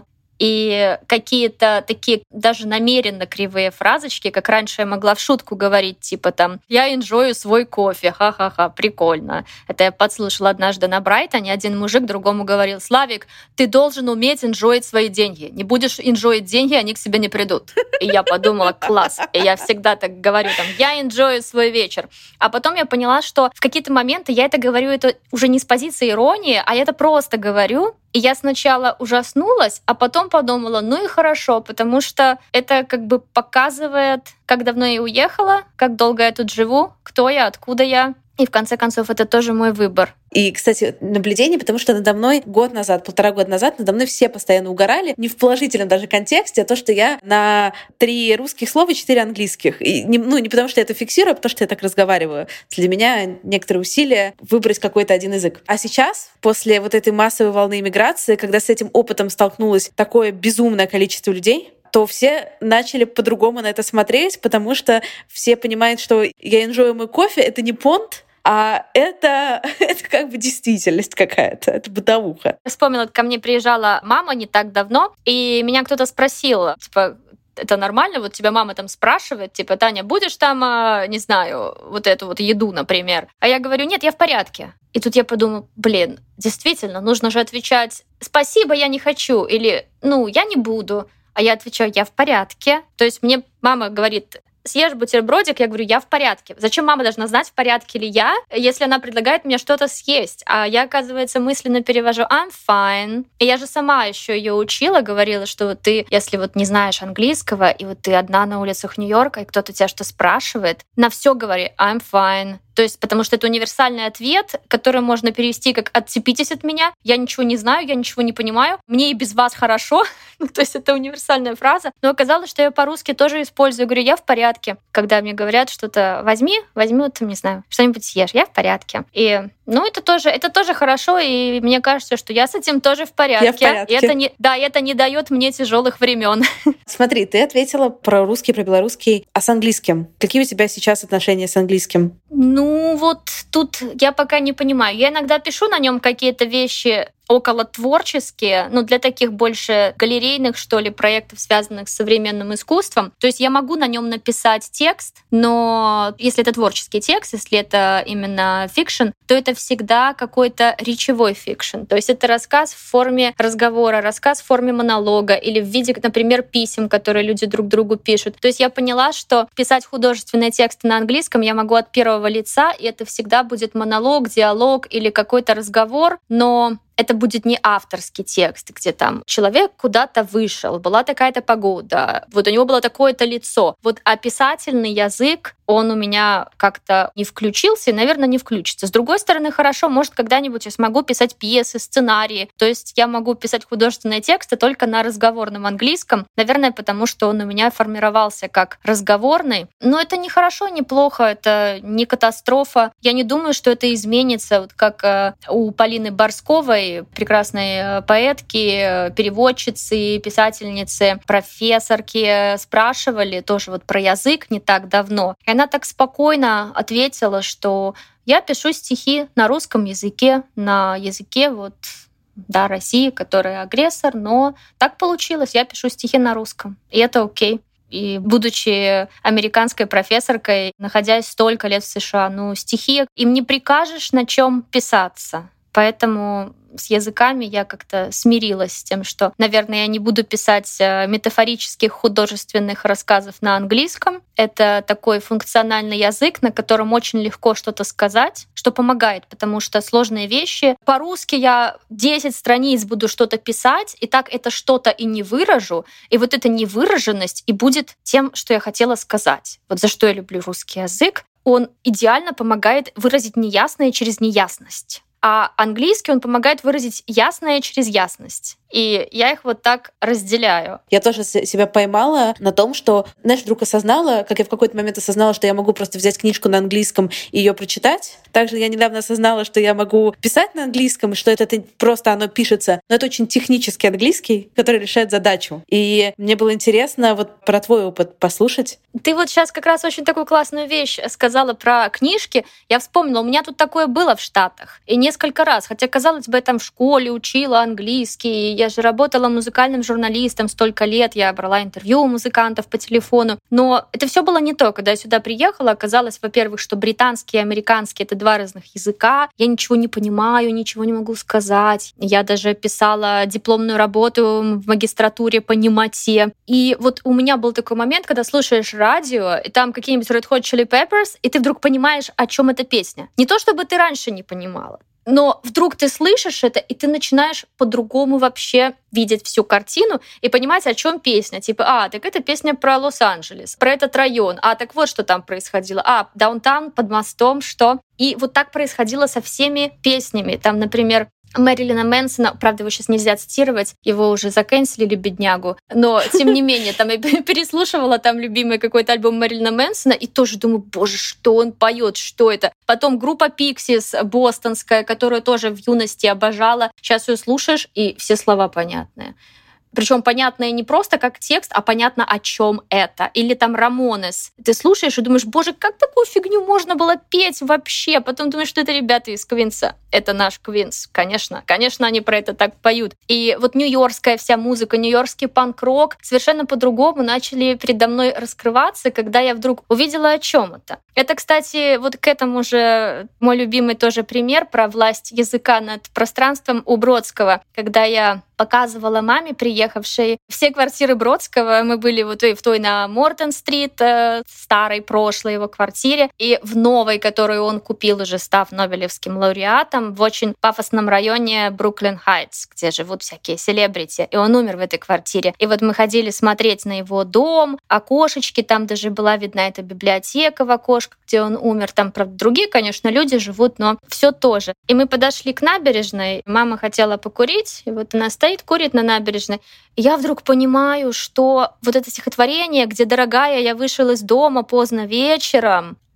Speaker 5: и какие-то такие даже намеренно кривые фразочки, как раньше я могла в шутку говорить, типа там «я энжою свой кофе, ха-ха-ха, прикольно». Это я подслушала однажды на Брайтоне, один мужик другому говорил: «Славик, ты должен уметь энжоить свои деньги. Не будешь энжоить деньги, они к себе не придут». И я подумала: класс. И я всегда так говорю, там «я энжою свой вечер». А потом я поняла, что в какие-то моменты я это говорю это уже не с позиции иронии, а я это просто говорю. И я сначала ужаснулась, а потом подумала, ну и хорошо, потому что это как бы показывает, как давно я уехала, как долго я тут живу, кто я, откуда я. И в конце концов, это тоже мой выбор.
Speaker 4: И, кстати, наблюдение, потому что надо мной год назад, полтора года назад, надо мной все постоянно угорали, не в положительном даже контексте, а то, что я на три русских слова и четыре английских. И не, ну, не потому что я это фиксирую, а потому что я так разговариваю. Для меня некоторые усилия выбрать какой-то один язык. А сейчас, после вот этой массовой волны иммиграции, когда с этим опытом столкнулось такое безумное количество людей, то все начали по-другому на это смотреть, потому что все понимают, что я enjoy мой кофе — это не понт, а это, это как бы действительность какая-то, это бытовуха.
Speaker 5: Вспомнила, ко мне приезжала мама не так давно, и меня кто-то спросил, типа, это нормально? Вот тебя мама там спрашивает, типа, Таня, будешь там, не знаю, вот эту вот еду, например? А я говорю, нет, я в порядке. И тут я подумала, блин, действительно, нужно же отвечать «спасибо, я не хочу» или «ну, я не буду». А я отвечаю, я в порядке. То есть мне мама говорит, съешь бутербродик, я говорю, я в порядке. Зачем мама должна знать, в порядке ли я, если она предлагает мне что-то съесть? А я, оказывается, мысленно перевожу I'm fine. И я же сама еще ее учила, говорила, что вот ты, если вот не знаешь английского, и вот ты одна на улицах Нью-Йорка, и кто-то тебя что спрашивает, на все говори I'm fine. То есть, потому что это универсальный ответ, который можно перевести как «отцепитесь от меня», «я ничего не знаю, я ничего не понимаю», «мне и без вас хорошо». Ну, то есть это универсальная фраза. Но оказалось, что я по-русски тоже использую. Говорю, я в порядке. Когда мне говорят что-то «возьми», «возьми, вот, не знаю, что-нибудь съешь», «я в порядке». И, ну, это тоже, это тоже хорошо, и мне кажется, что я с этим тоже в порядке.
Speaker 4: Я в порядке.
Speaker 5: И это не, да, это не дает мне тяжелых времен.
Speaker 4: Смотри, ты ответила про русский, про белорусский, а с английским? Какие у тебя сейчас отношения с английским?
Speaker 5: Ну, вот тут я пока не понимаю. Я иногда пишу на нем какие-то вещи, около творческие, ну, для таких больше галерейных, что ли, проектов, связанных с современным искусством. То есть я могу на нем написать текст, но если это творческий текст, если это именно фикшн, то это всегда какой-то речевой фикшн. То есть это рассказ в форме разговора, рассказ в форме монолога или в виде, например, писем, которые люди друг другу пишут. То есть я поняла, что писать художественные тексты на английском я могу от первого лица, и это всегда будет монолог, диалог или какой-то разговор, но это будет не авторский текст, где там человек куда-то вышел, была такая-то погода, вот у него было такое-то лицо. Вот описательный язык, он у меня как-то не включился и, наверное, не включится. С другой стороны, хорошо, может, когда-нибудь я смогу писать пьесы, сценарии. То есть я могу писать художественные тексты только на разговорном английском. Наверное, потому что он у меня формировался как разговорный. Но это не хорошо, не плохо, это не катастрофа. Я не думаю, что это изменится, вот как у Полины Борсковой, прекрасной поэтки, переводчицы, писательницы, профессорки, спрашивали тоже вот про язык не так давно. И она так спокойно ответила, что я пишу стихи на русском языке, на языке вот, да, России, которая агрессор, но так получилось, я пишу стихи на русском, и это окей. И будучи американской профессоркой, находясь столько лет в США, ну, стихи им не прикажешь, на чем писаться. Поэтому с языками я как-то смирилась с тем, что, наверное, я не буду писать метафорических художественных рассказов на английском. Это такой функциональный язык, на котором очень легко что-то сказать, что помогает, потому что сложные вещи. По-русски я десять страниц буду что-то писать, и так это что-то и не выражу, и вот эта невыраженность и будет тем, что я хотела сказать. Вот за что я люблю русский язык. Он идеально помогает выразить неясное через неясность. А английский, он помогает выразить ясное через ясность. И я их вот так разделяю.
Speaker 4: Я тоже себя поймала на том, что, знаешь, вдруг осознала, как я в какой-то момент осознала, что я могу просто взять книжку на английском и ее прочитать. Также я недавно осознала, что я могу писать на английском, и что это просто оно пишется. Но это очень технический английский, который решает задачу. И мне было интересно вот про твой опыт послушать.
Speaker 5: Ты вот сейчас как раз очень такую классную вещь сказала про книжки. Я вспомнила, у меня тут такое было в Штатах. И несколько раз. Хотя, казалось бы, я там в школе учила английский, я же работала музыкальным журналистом столько лет, я брала интервью у музыкантов по телефону. Но это все было не то. Когда я сюда приехала, оказалось, во-первых, что британский и американский — это два разных языка. Я ничего не понимаю, ничего не могу сказать. Я даже писала дипломную работу в магистратуре по немоте. И вот у меня был такой момент, когда слушаешь радио, и там какие-нибудь Red Hot Chili Peppers, и ты вдруг понимаешь, о чем эта песня. Не то, чтобы ты раньше не понимала, но вдруг ты слышишь это, и ты начинаешь по-другому вообще видеть всю картину и понимать, о чем песня. Типа, а, так это песня про Лос-Анджелес, про этот район. А, так вот, что там происходило. А, даунтаун под мостом, что? И вот так происходило со всеми песнями. Там, например, Мэрилина Мэнсона, правда, его сейчас нельзя цитировать, его уже заканцелили, беднягу, но, тем не менее, там я переслушивала там любимый какой-то альбом Мэрилина Мэнсона и тоже думаю, боже, что он поет, что это? Потом группа Pixies бостонская, которую тоже в юности обожала, сейчас ее слушаешь, и все слова понятные. Причем понятное не просто как текст, а понятно, о чем это. Или там Рамонес. Ты слушаешь и думаешь, боже, как такую фигню можно было петь вообще? Потом думаешь, что это ребята из Квинса. Это наш Квинс, конечно. Конечно, они про это так поют. И вот нью-йоркская вся музыка, нью-йоркский панк-рок совершенно по-другому начали передо мной раскрываться, когда я вдруг увидела, о чем это. Это, кстати, вот к этому же мой любимый тоже пример про власть языка над пространством у Бродского. Когда я показывала маме, приехавшей, все квартиры Бродского. Мы были вот в той на Мортон-стрит, старой, прошлой его квартире, и в новой, которую он купил уже, став Нобелевским лауреатом, в очень пафосном районе Бруклин-Хайтс, где живут всякие селебрити. И он умер в этой квартире. И вот мы ходили смотреть на его дом, окошечки, там даже была видна эта библиотека в окошках, где он умер. Там, правда, другие, конечно, люди живут, но все тоже. И мы подошли к набережной, мама хотела покурить, и вот она стоит, курит на набережной. И я вдруг понимаю, что вот это стихотворение, где, дорогая, я вышел из дома поздно вечером,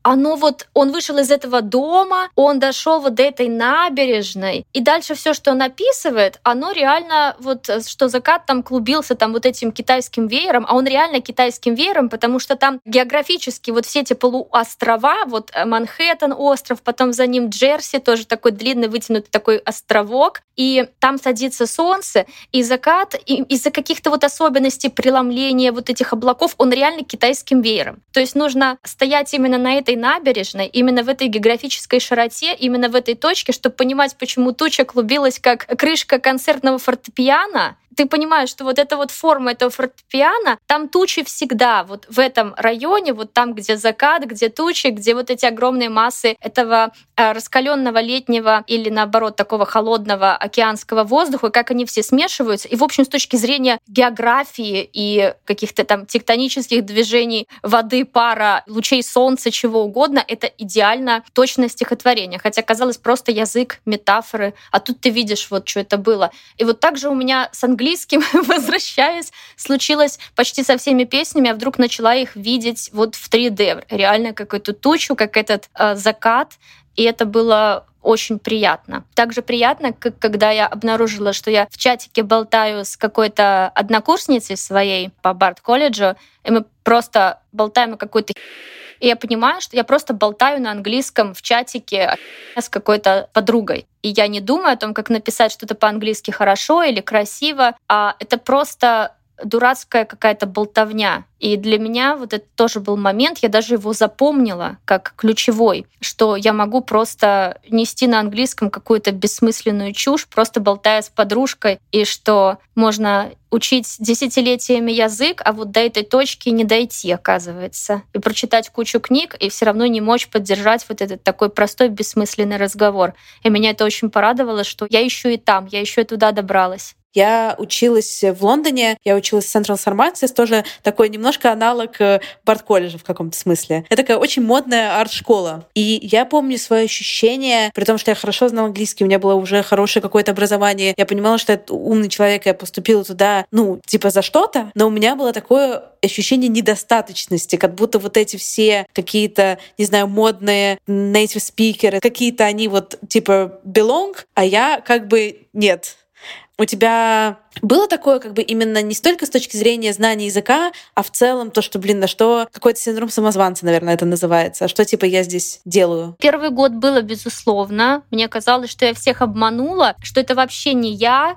Speaker 5: оно вот, он вышел из этого дома, он дошел вот до этой набережной, и дальше все, что он описывает, оно реально вот, что закат там клубился там вот этим китайским веером, а он реально китайским веером, потому что там географически вот все эти полуострова, вот Манхэттен остров, потом за ним Джерси, тоже такой длинный вытянутый такой островок, и там садится солнце, и закат, и из-за каких-то вот особенностей преломления вот этих облаков, он реально китайским веером. То есть нужно стоять именно на этой набережной, именно в этой географической широте, именно в этой точке, чтобы понимать, почему туча клубилась как крышка концертного фортепиано. Ты понимаешь, что вот эта вот форма этого фортепиано, там тучи всегда, вот в этом районе, вот там, где закат, где тучи, где вот эти огромные массы этого э, раскаленного летнего или, наоборот, такого холодного океанского воздуха, как они все смешиваются. И, в общем, с точки зрения географии и каких-то там тектонических движений воды, пара, лучей солнца, чего угодно, это идеально точное стихотворение. Хотя казалось просто язык, метафоры, а тут ты видишь, вот что это было. И вот так же у меня с английским, возвращаясь, случилось почти со всеми песнями, я вдруг начала их видеть вот в три дэ. Реально какую-то тучу, как этот э, закат, и это было очень приятно. Также приятно, как когда я обнаружила, что я в чатике болтаю с какой-то однокурсницей своей по Барт-колледжу, и мы просто болтаем о какой-то и я понимаю, что я просто болтаю на английском в чатике с какой-то подругой. И я не думаю о том, как написать что-то по-английски хорошо или красиво, а это просто дурацкая какая-то болтовня. И для меня вот это тоже был момент, я даже его запомнила как ключевой, что я могу просто нести на английском какую-то бессмысленную чушь, просто болтая с подружкой, и что можно учить десятилетиями язык, а вот до этой точки не дойти, оказывается. И прочитать кучу книг, и все равно не мочь поддержать вот этот такой простой бессмысленный разговор. И меня это очень порадовало, что я еще и там, я еще и туда добралась.
Speaker 4: Я училась в Лондоне, я училась в Central Sarmatis, тоже такой немножко аналог Барт-колледжа в каком-то смысле. Это такая очень модная арт-школа. И я помню свое ощущение, при том, что я хорошо знала английский, у меня было уже хорошее какое-то образование, я понимала, что я умный человек, я поступила туда, ну, типа за что-то, но у меня было такое ощущение недостаточности, как будто вот эти все какие-то, не знаю, модные native speakers, какие-то они вот типа belong, а я как бы нет. У тебя было такое, как бы именно не столько с точки зрения знания языка, а в целом то, что, блин, на что какой-то синдром самозванца, наверное, это называется. Что типа я здесь делаю?
Speaker 5: Первый год было, безусловно. Мне казалось, что я всех обманула, что это вообще не я,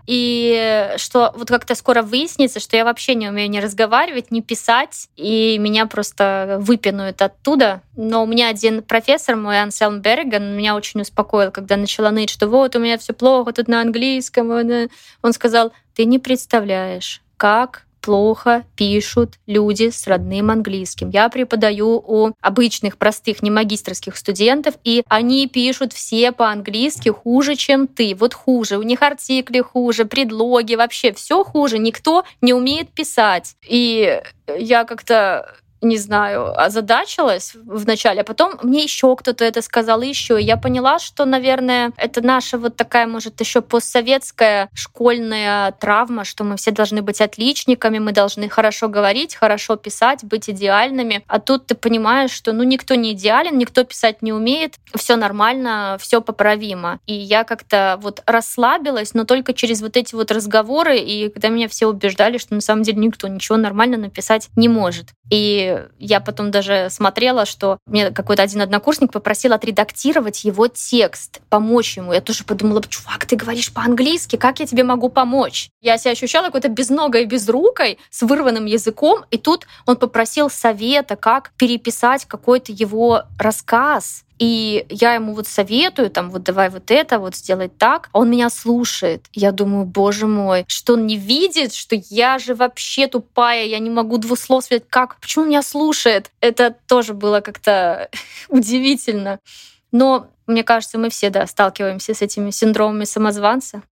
Speaker 5: и что вот как-то скоро выяснится, что я вообще не умею ни разговаривать, ни писать, и меня просто выпинуют оттуда. Но у меня один профессор, мой Анселм Берриган, меня очень успокоил, когда начала ныть, что вот у меня все плохо тут на английском. Он, он сказал: ты не представляешь, как плохо пишут люди с родным английским. Я преподаю у обычных, простых, не магистерских студентов, и они пишут все по-английски хуже, чем ты. Вот хуже. У них артикли хуже, предлоги, вообще все хуже. Никто не умеет писать. И я как-то не знаю, озадачилась вначале, а потом мне еще кто-то это сказал, и еще. И я поняла, что, наверное, это наша вот такая, может, еще постсоветская школьная травма, что мы все должны быть отличниками, мы должны хорошо говорить, хорошо писать, быть идеальными. А тут ты понимаешь, что ну никто не идеален, никто писать не умеет, все нормально, все поправимо. И я как-то вот расслабилась, но только через вот эти вот разговоры, и когда меня все убеждали, что на самом деле никто ничего нормально написать не может. И я потом даже смотрела, что мне какой-то один однокурсник попросил отредактировать его текст, помочь ему. Я тоже подумала: чувак, ты говоришь по-английски, как я тебе могу помочь? Я себя ощущала какой-то безногой, безрукой, с вырванным языком, и тут он попросил совета, как переписать какой-то его рассказ. И я ему вот советую, там, вот давай вот это, вот сделать так. А он меня слушает. Я думаю, боже мой, что он не видит, что я же вообще тупая, я не могу двусловствовать. Как? Почему он меня слушает? Это тоже было как-то удивительно. Но мне кажется, мы все, да, сталкиваемся с этими синдромами самозванца.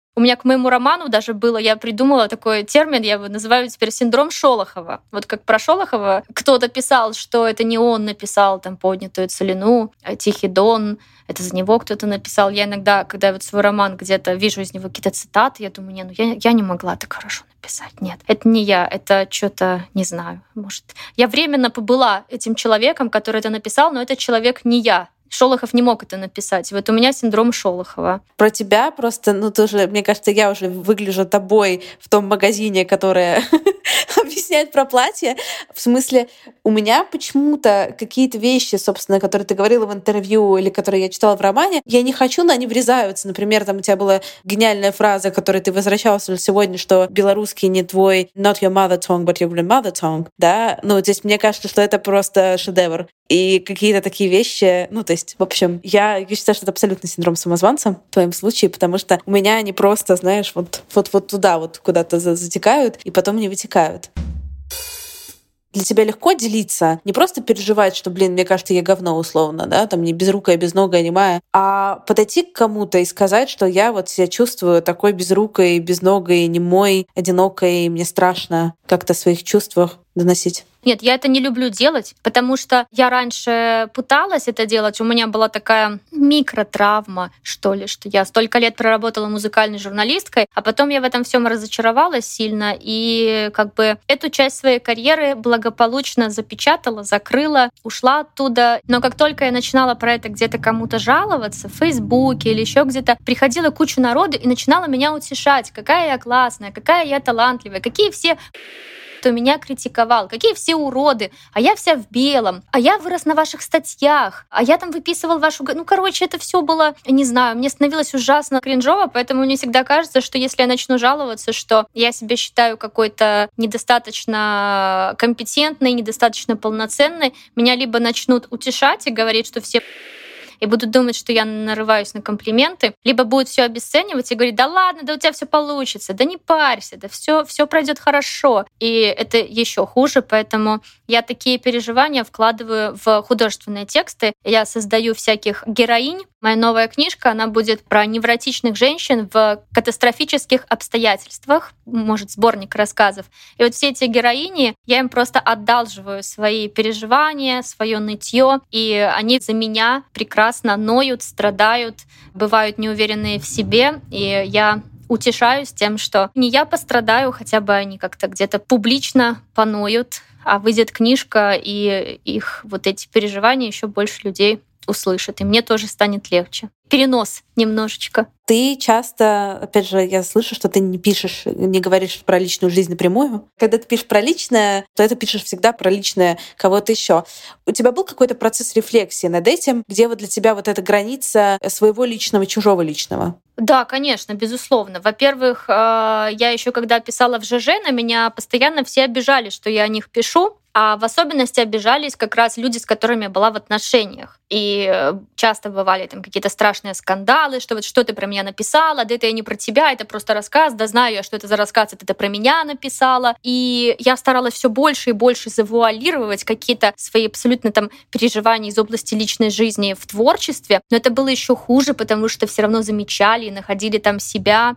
Speaker 5: У меня к моему роману даже было, я придумала такой термин, я его называю теперь синдром Шолохова. Вот как про Шолохова кто-то писал, что это не он написал там «Поднятую целину», «Тихий дон», это за него кто-то написал. Я иногда, когда я вот свой роман где-то вижу из него какие-то цитаты, я думаю, не, ну я, я не могла так хорошо написать. Нет, это не я, это что-то, не знаю, может... Я временно побыла этим человеком, который это написал, но этот человек не я. Шолохов не мог это написать. Вот у меня синдром Шолохова.
Speaker 4: Про тебя просто, ну тоже, мне кажется, я уже выгляжу тобой в том магазине, которое объясняет про платье. В смысле, у меня почему-то какие-то вещи, собственно, которые ты говорила в интервью или которые я читала в романе, я не хочу, но они врезаются. Например, там у тебя была гениальная фраза, к которой ты возвращалась сегодня, что белорусский не твой not your mother tongue, but your grandmother tongue. Да? Ну, здесь мне кажется, что это просто шедевр. И какие-то такие вещи, ну, то есть, в общем, я, я считаю, что это абсолютно синдром самозванца в твоем случае, потому что у меня они просто, знаешь, вот, вот, вот туда вот куда-то затекают и потом не вытекают. Для тебя легко делиться, не просто переживать, что, блин, мне кажется, я говно условно, да, там не безрукая, безногая, немая, а подойти к кому-то и сказать, что я вот себя чувствую такой безрукой, безногой, немой, одинокой, мне страшно как-то о своих чувствах доносить.
Speaker 5: Нет, я это не люблю делать, потому что я раньше пыталась это делать. У меня была такая микротравма, что ли, что я столько лет проработала музыкальной журналисткой, а потом я в этом всем разочаровалась сильно и как бы эту часть своей карьеры благополучно запечатала, закрыла, ушла оттуда. Но как только я начинала про это где-то кому-то жаловаться в Фейсбуке или еще где-то, приходила куча народу и начинала меня утешать, какая я классная, какая я талантливая, какие все... кто меня критиковал, какие все уроды, а я вся в белом, а я вырос на ваших статьях, а я там выписывал вашу... Ну, короче, это все было, не знаю, мне становилось ужасно кринжово, поэтому мне всегда кажется, что если я начну жаловаться, что я себя считаю какой-то недостаточно компетентной, недостаточно полноценной, меня либо начнут утешать и говорить, что все... и будут думать, что я нарываюсь на комплименты, либо будут все обесценивать и говорить: да ладно, да у тебя все получится, да не парься, да все, все пройдет хорошо. И это еще хуже, поэтому я такие переживания вкладываю в художественные тексты. Я создаю всяких героинь. Моя новая книжка, она будет про невротичных женщин в катастрофических обстоятельствах, может, сборник рассказов. И вот все эти героини, я им просто одалживаю свои переживания, свое нытье, и они за меня прекрасно ноют, страдают, бывают неуверенные в себе, и я утешаюсь тем, что не я пострадаю, хотя бы они как-то где-то публично поноют, а выйдет книжка, и их вот эти переживания еще больше людей услышат, и мне тоже станет легче. Перенос немножечко.
Speaker 4: Ты часто, опять же, я слышу, что ты не пишешь, не говоришь про личную жизнь напрямую. Когда ты пишешь про личное, то это пишешь всегда про личное кого-то еще. У тебя был какой-то процесс рефлексии над этим, где вот для тебя вот эта граница своего личного, чужого личного?
Speaker 5: Да, конечно, безусловно. Во-первых, я еще когда писала в ЖЖ, на меня постоянно все обижали, что я о них пишу. А в особенности обижались как раз люди, с которыми я была в отношениях. И часто бывали там какие-то страшные скандалы, что вот что ты про меня написала, да это я не про тебя, это просто рассказ, да знаю я, что это за рассказ, это ты про меня написала. И я старалась все больше и больше завуалировать какие-то свои абсолютно там переживания из области личной жизни в творчестве. Но это было еще хуже, потому что все равно замечали и находили там себя.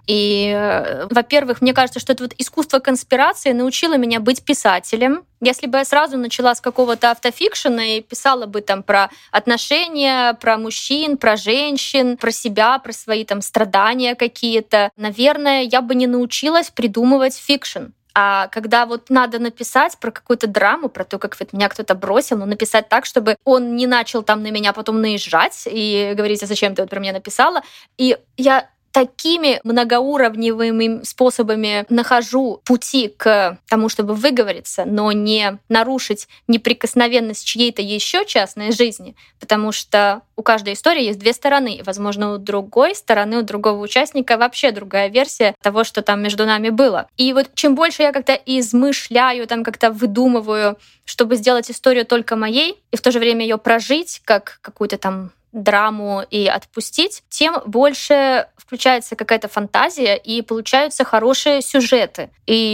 Speaker 5: И, во-первых, мне кажется, что это вот искусство конспирации научило меня быть писателем. Если бы я сразу начала с какого-то автофикшена и писала бы там про отношения, про мужчин, про женщин, про себя, про свои там страдания какие-то, наверное, я бы не научилась придумывать фикшн. А когда вот надо написать про какую-то драму, про то, как вот меня кто-то бросил, но написать так, чтобы он не начал там на меня потом наезжать и говорить: а зачем ты вот про меня написала? И я такими многоуровневыми способами нахожу пути к тому, чтобы выговориться, но не нарушить неприкосновенность чьей-то еще частной жизни, потому что у каждой истории есть две стороны. И, возможно, у другой стороны, у другого участника вообще другая версия того, что там между нами было. И вот чем больше я как-то измышляю, там как-то выдумываю, чтобы сделать историю только моей, и в то же время ее прожить как какую-то там драму и отпустить, тем больше включается какая-то фантазия и получаются хорошие сюжеты.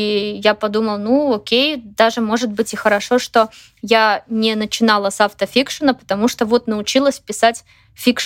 Speaker 5: И я подумала, ну окей, даже может быть и хорошо, что я не начинала с автофикшена, потому что вот научилась писать фикшн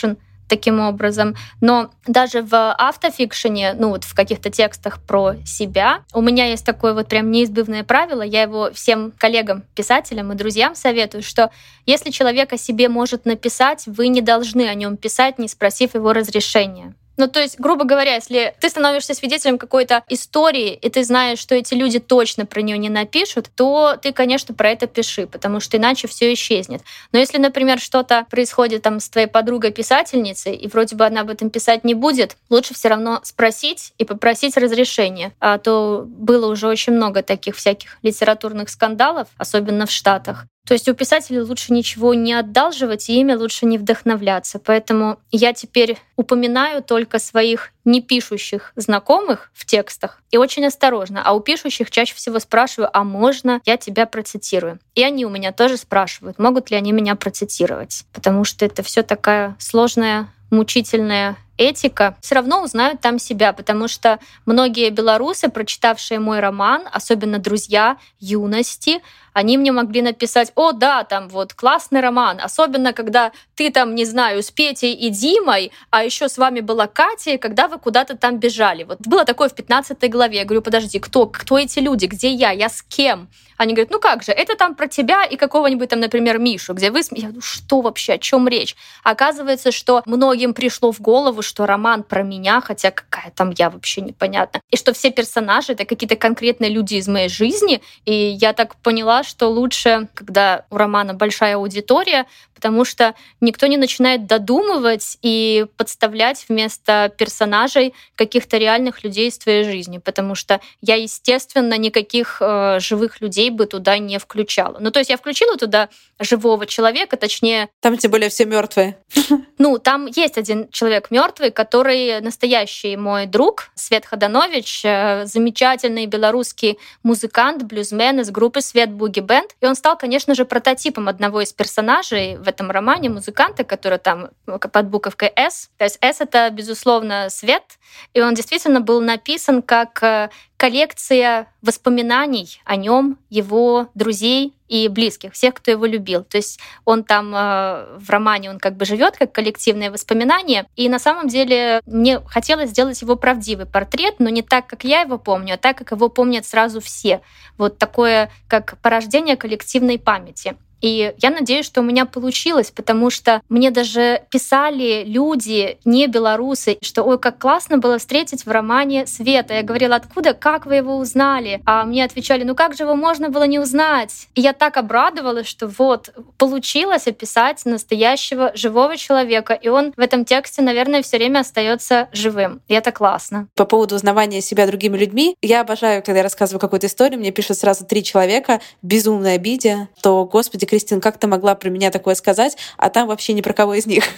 Speaker 5: таким образом. Но даже в автофикшене, ну вот в каких-то текстах про себя, у меня есть такое вот прям неизбывное правило, я его всем коллегам, писателям и друзьям советую, что если человек о себе может написать, вы не должны о нем писать, не спросив его разрешения. Ну, то есть, грубо говоря, если ты становишься свидетелем какой-то истории, и ты знаешь, что эти люди точно про нее не напишут, то ты, конечно, про это пиши, потому что иначе все исчезнет. Но если, например, что-то происходит там с твоей подругой-писательницей, и вроде бы она об этом писать не будет, лучше все равно спросить и попросить разрешения. А то было уже очень много таких всяких литературных скандалов, особенно в Штатах. То есть у писателей лучше ничего не одалживать, и ими лучше не вдохновляться. Поэтому я теперь упоминаю только своих непишущих знакомых в текстах и очень осторожно. А у пишущих чаще всего спрашиваю, а можно я тебя процитирую? И они у меня тоже спрашивают, могут ли они меня процитировать. Потому что это все такая сложная, мучительная этика, все равно узнают там себя, потому что многие белорусы, прочитавшие мой роман, особенно друзья юности, они мне могли написать: «О, да, там вот классный роман», особенно когда ты там, не знаю, с Петей и Димой, а еще с вами была Катя, когда вы куда-то там бежали. Вот было такое в пятнадцатой главе. Я говорю: подожди, кто, кто эти люди, где я, я с кем? Они говорят: ну как же, это там про тебя и какого-нибудь там, например, Мишу, где вы... Я говорю: что вообще, о чем речь? Оказывается, что многим пришло в голову, что роман про меня, хотя какая там я, вообще непонятно. И что все персонажи — это какие-то конкретные люди из моей жизни. И я так поняла, что лучше, когда у романа большая аудитория, потому что никто не начинает додумывать и подставлять вместо персонажей каких-то реальных людей из твоей жизни, потому что я, естественно, никаких э, живых людей бы туда не включала. Ну, то есть я включила туда живого человека, точнее...
Speaker 4: Там тем более все мертвые.
Speaker 5: Ну, там есть один человек мертвый, который настоящий мой друг, Свет Ходанович, э, замечательный белорусский музыкант, блюзмен из группы Свет Буги Бенд. И он стал, конечно же, прототипом одного из персонажей в этом романе, музыканта, который там под буковкой «С». То есть «С» — это, безусловно, Свет. И он действительно был написан как коллекция воспоминаний о нем, его друзей и близких, всех, кто его любил. То есть он там э, в романе, он как бы живет как коллективное воспоминание. И на самом деле мне хотелось сделать его правдивый портрет, но не так, как я его помню, а так, как его помнят сразу все. Вот такое, как порождение коллективной памяти. И я надеюсь, что у меня получилось, потому что мне даже писали люди, не белорусы, что ой, как классно было встретить в романе Света. Я говорила: откуда, как вы его узнали? А мне отвечали: ну как же его можно было не узнать? И я так обрадовалась, что вот, получилось описать настоящего живого человека, и он в этом тексте, наверное, все время остается живым. И это классно.
Speaker 4: По поводу узнавания себя другими людьми, я обожаю, когда я рассказываю какую-то историю, мне пишут сразу три человека в безумной обиде, то, господи, Кристин, как ты могла про меня такое сказать, а там вообще ни про кого из них.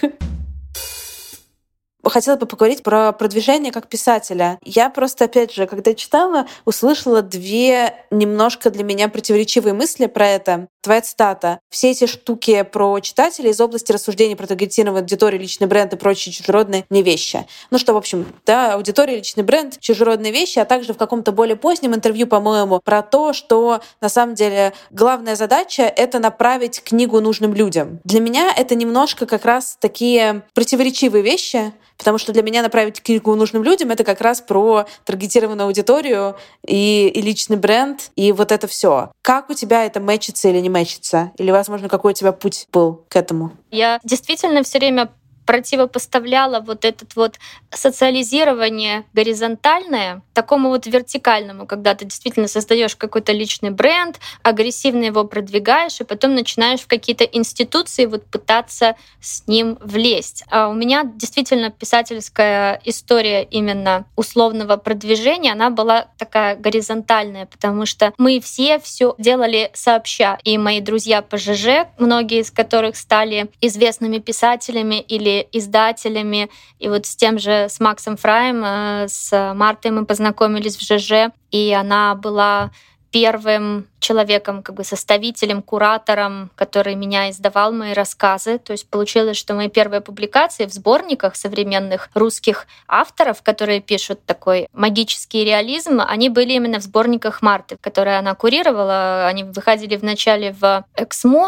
Speaker 4: Хотела бы поговорить про продвижение как писателя. Я просто, опять же, когда читала, услышала две немножко для меня противоречивые мысли про это. Твоя цитата: «Все эти штуки про читателей из области рассуждений про таргетированную аудиторию, личный бренд и прочие чужеродные мне вещи». Ну что, в общем, да, аудитория, личный бренд, чужеродные вещи, а также в каком-то более позднем интервью, по-моему, про то, что на самом деле главная задача — это направить книгу нужным людям. Для меня это немножко как раз такие противоречивые вещи, потому что для меня направить книгу нужным людям — это как раз про таргетированную аудиторию и, и личный бренд, и вот это все. Как у тебя это мэчится или не мэчится? Или, возможно, какой у тебя путь был к этому?
Speaker 5: Я действительно все время противопоставляла вот это вот социализирование горизонтальное такому вот вертикальному, когда ты действительно создаешь какой-то личный бренд, агрессивно его продвигаешь, и потом начинаешь в какие-то институции вот пытаться с ним влезть. А у меня действительно писательская история именно условного продвижения, она была такая горизонтальная, потому что мы все все делали сообща. И мои друзья по ЖЖ, многие из которых стали известными писателями или издателями. И вот с тем же, с Максом Фраем, с Мартой мы познакомились в ЖЖ, и она была первым человеком, как бы составителем, куратором, который меня издавал мои рассказы. То есть получилось, что мои первые публикации в сборниках современных русских авторов, которые пишут такой магический реализм, они были именно в сборниках Марты, которые она курировала. Они выходили вначале в Эксмо,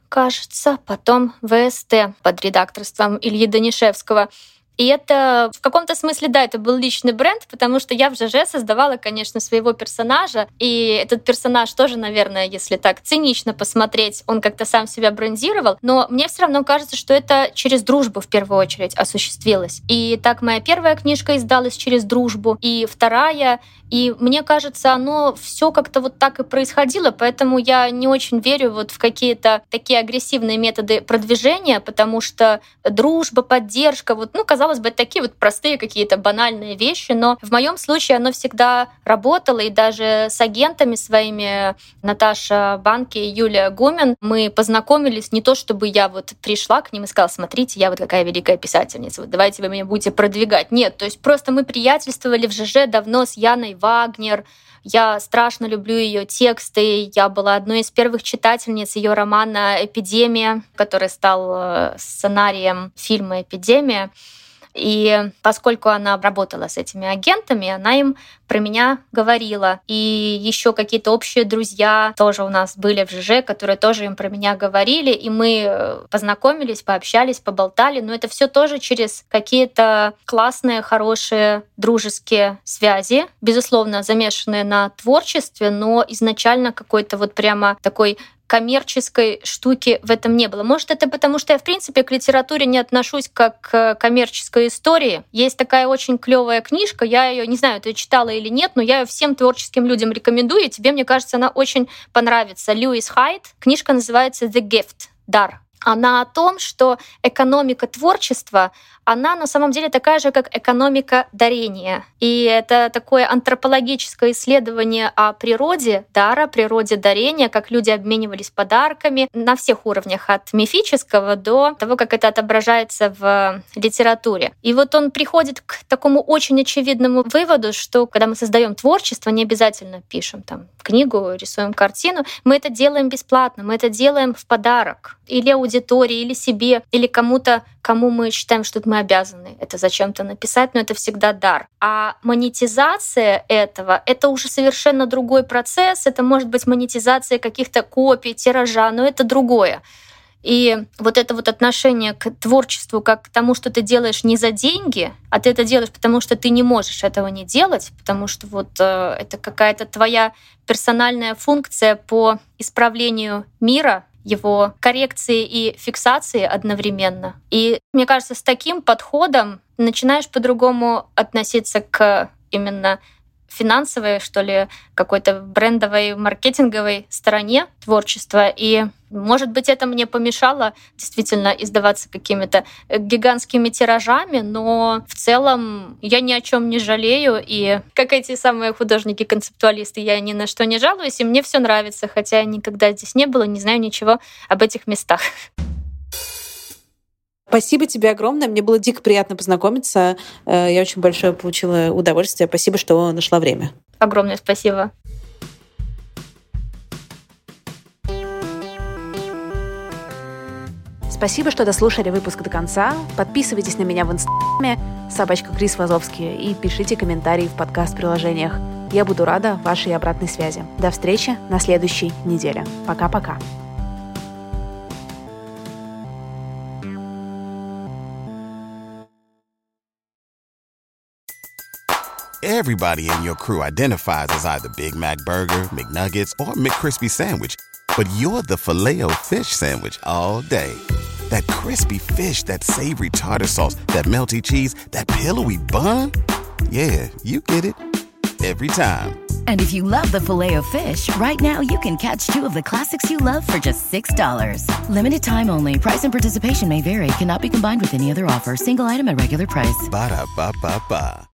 Speaker 5: кажется, потом ВСТ под редакторством Ильи Данишевского. И это в каком-то смысле, да, это был личный бренд, потому что я в ЖЖ создавала, конечно, своего персонажа. И этот персонаж тоже, наверное, если так цинично посмотреть, он как-то сам себя брендировал. Но мне все равно кажется, что это через дружбу в первую очередь осуществилось. И так моя первая книжка издалась через дружбу, и вторая. И мне кажется, оно все как-то вот так и происходило, поэтому я не очень верю вот в какие-то такие агрессивные методы продвижения, потому что дружба, поддержка, вот, ну, казалось бы, такие вот простые какие-то банальные вещи, но в моем случае оно всегда работало, и даже с агентами своими, Наташа Банки и Юлия Гумен, мы познакомились не то, чтобы я вот пришла к ним и сказала: смотрите, я вот какая великая писательница, вот давайте вы меня будете продвигать. Нет, то есть просто мы приятельствовали в ЖЖ давно с Яной Вагнер. Я страшно люблю ее тексты. Я была одной из первых читательниц ее романа «Эпидемия», который стал сценарием фильма «Эпидемия». И поскольку она работала с этими агентами, она им про меня говорила. И еще какие-то общие друзья тоже у нас были в ЖЖ, которые тоже им про меня говорили. И мы познакомились, пообщались, поболтали. Но это все тоже через какие-то классные, хорошие, дружеские связи. Безусловно, замешанные на творчестве, но изначально какой-то вот прямо такой коммерческой штуки в этом не было. Может, это потому, что я, в принципе, к литературе не отношусь как к коммерческой истории. Есть такая очень клевая книжка, я ее, не знаю, ты читала или нет, но я ее всем творческим людям рекомендую, и тебе, мне кажется, она очень понравится. Льюис Хайд. Книжка называется «The Gift» — «Дар». Она о том, что экономика творчества, она на самом деле такая же, как экономика дарения. И это такое антропологическое исследование о природе дара, природе дарения, как люди обменивались подарками на всех уровнях, от мифического до того, как это отображается в литературе. И вот он приходит к такому очень очевидному выводу, что когда мы создаем творчество, не обязательно пишем там книгу, рисуем картину, мы это делаем бесплатно, мы это делаем в подарок. Или аудитории, или себе, или кому-то, кому мы считаем, что мы обязаны это зачем-то написать, но это всегда дар. А монетизация этого — это уже совершенно другой процесс, это может быть монетизация каких-то копий, тиража, но это другое. И вот это вот отношение к творчеству как к тому, что ты делаешь не за деньги, а ты это делаешь, потому что ты не можешь этого не делать, потому что вот э, это какая-то твоя персональная функция по исправлению мира, его коррекции и фиксации одновременно. И мне кажется, с таким подходом начинаешь по-другому относиться к именно финансовой, что ли, какой-то брендовой, маркетинговой стороне творчества. И, может быть, это мне помешало действительно издаваться какими-то гигантскими тиражами, но в целом я ни о чем не жалею. И как эти самые художники-концептуалисты, я ни на что не жалуюсь, и мне все нравится, хотя я никогда здесь не была, не знаю ничего об этих местах.
Speaker 4: Спасибо тебе огромное. Мне было дико приятно познакомиться. Я очень большое получила удовольствие. Спасибо, что нашла время.
Speaker 5: Огромное спасибо.
Speaker 6: Спасибо, что дослушали выпуск до конца. Подписывайтесь на меня в инстаграме собачка Крис Вазовский и пишите комментарии в подкаст-приложениях. Я буду рада вашей обратной связи. До встречи на следующей неделе. Пока-пока.
Speaker 2: Everybody in your crew identifies as either Big Mac Burger, McNuggets, or McCrispy Sandwich. But you're the Filet-O-Fish Sandwich all day. That crispy fish, that savory tartar sauce, that melty cheese, that pillowy bun. Yeah, you get it. Every time.
Speaker 3: And if you love the Filet-O-Fish, right now you can catch two of the classics you love for just six dollars. Limited time only. Price and participation may vary. Cannot be combined with any other offer. Single item at regular price.
Speaker 2: Ba-da-ba-ba-ba.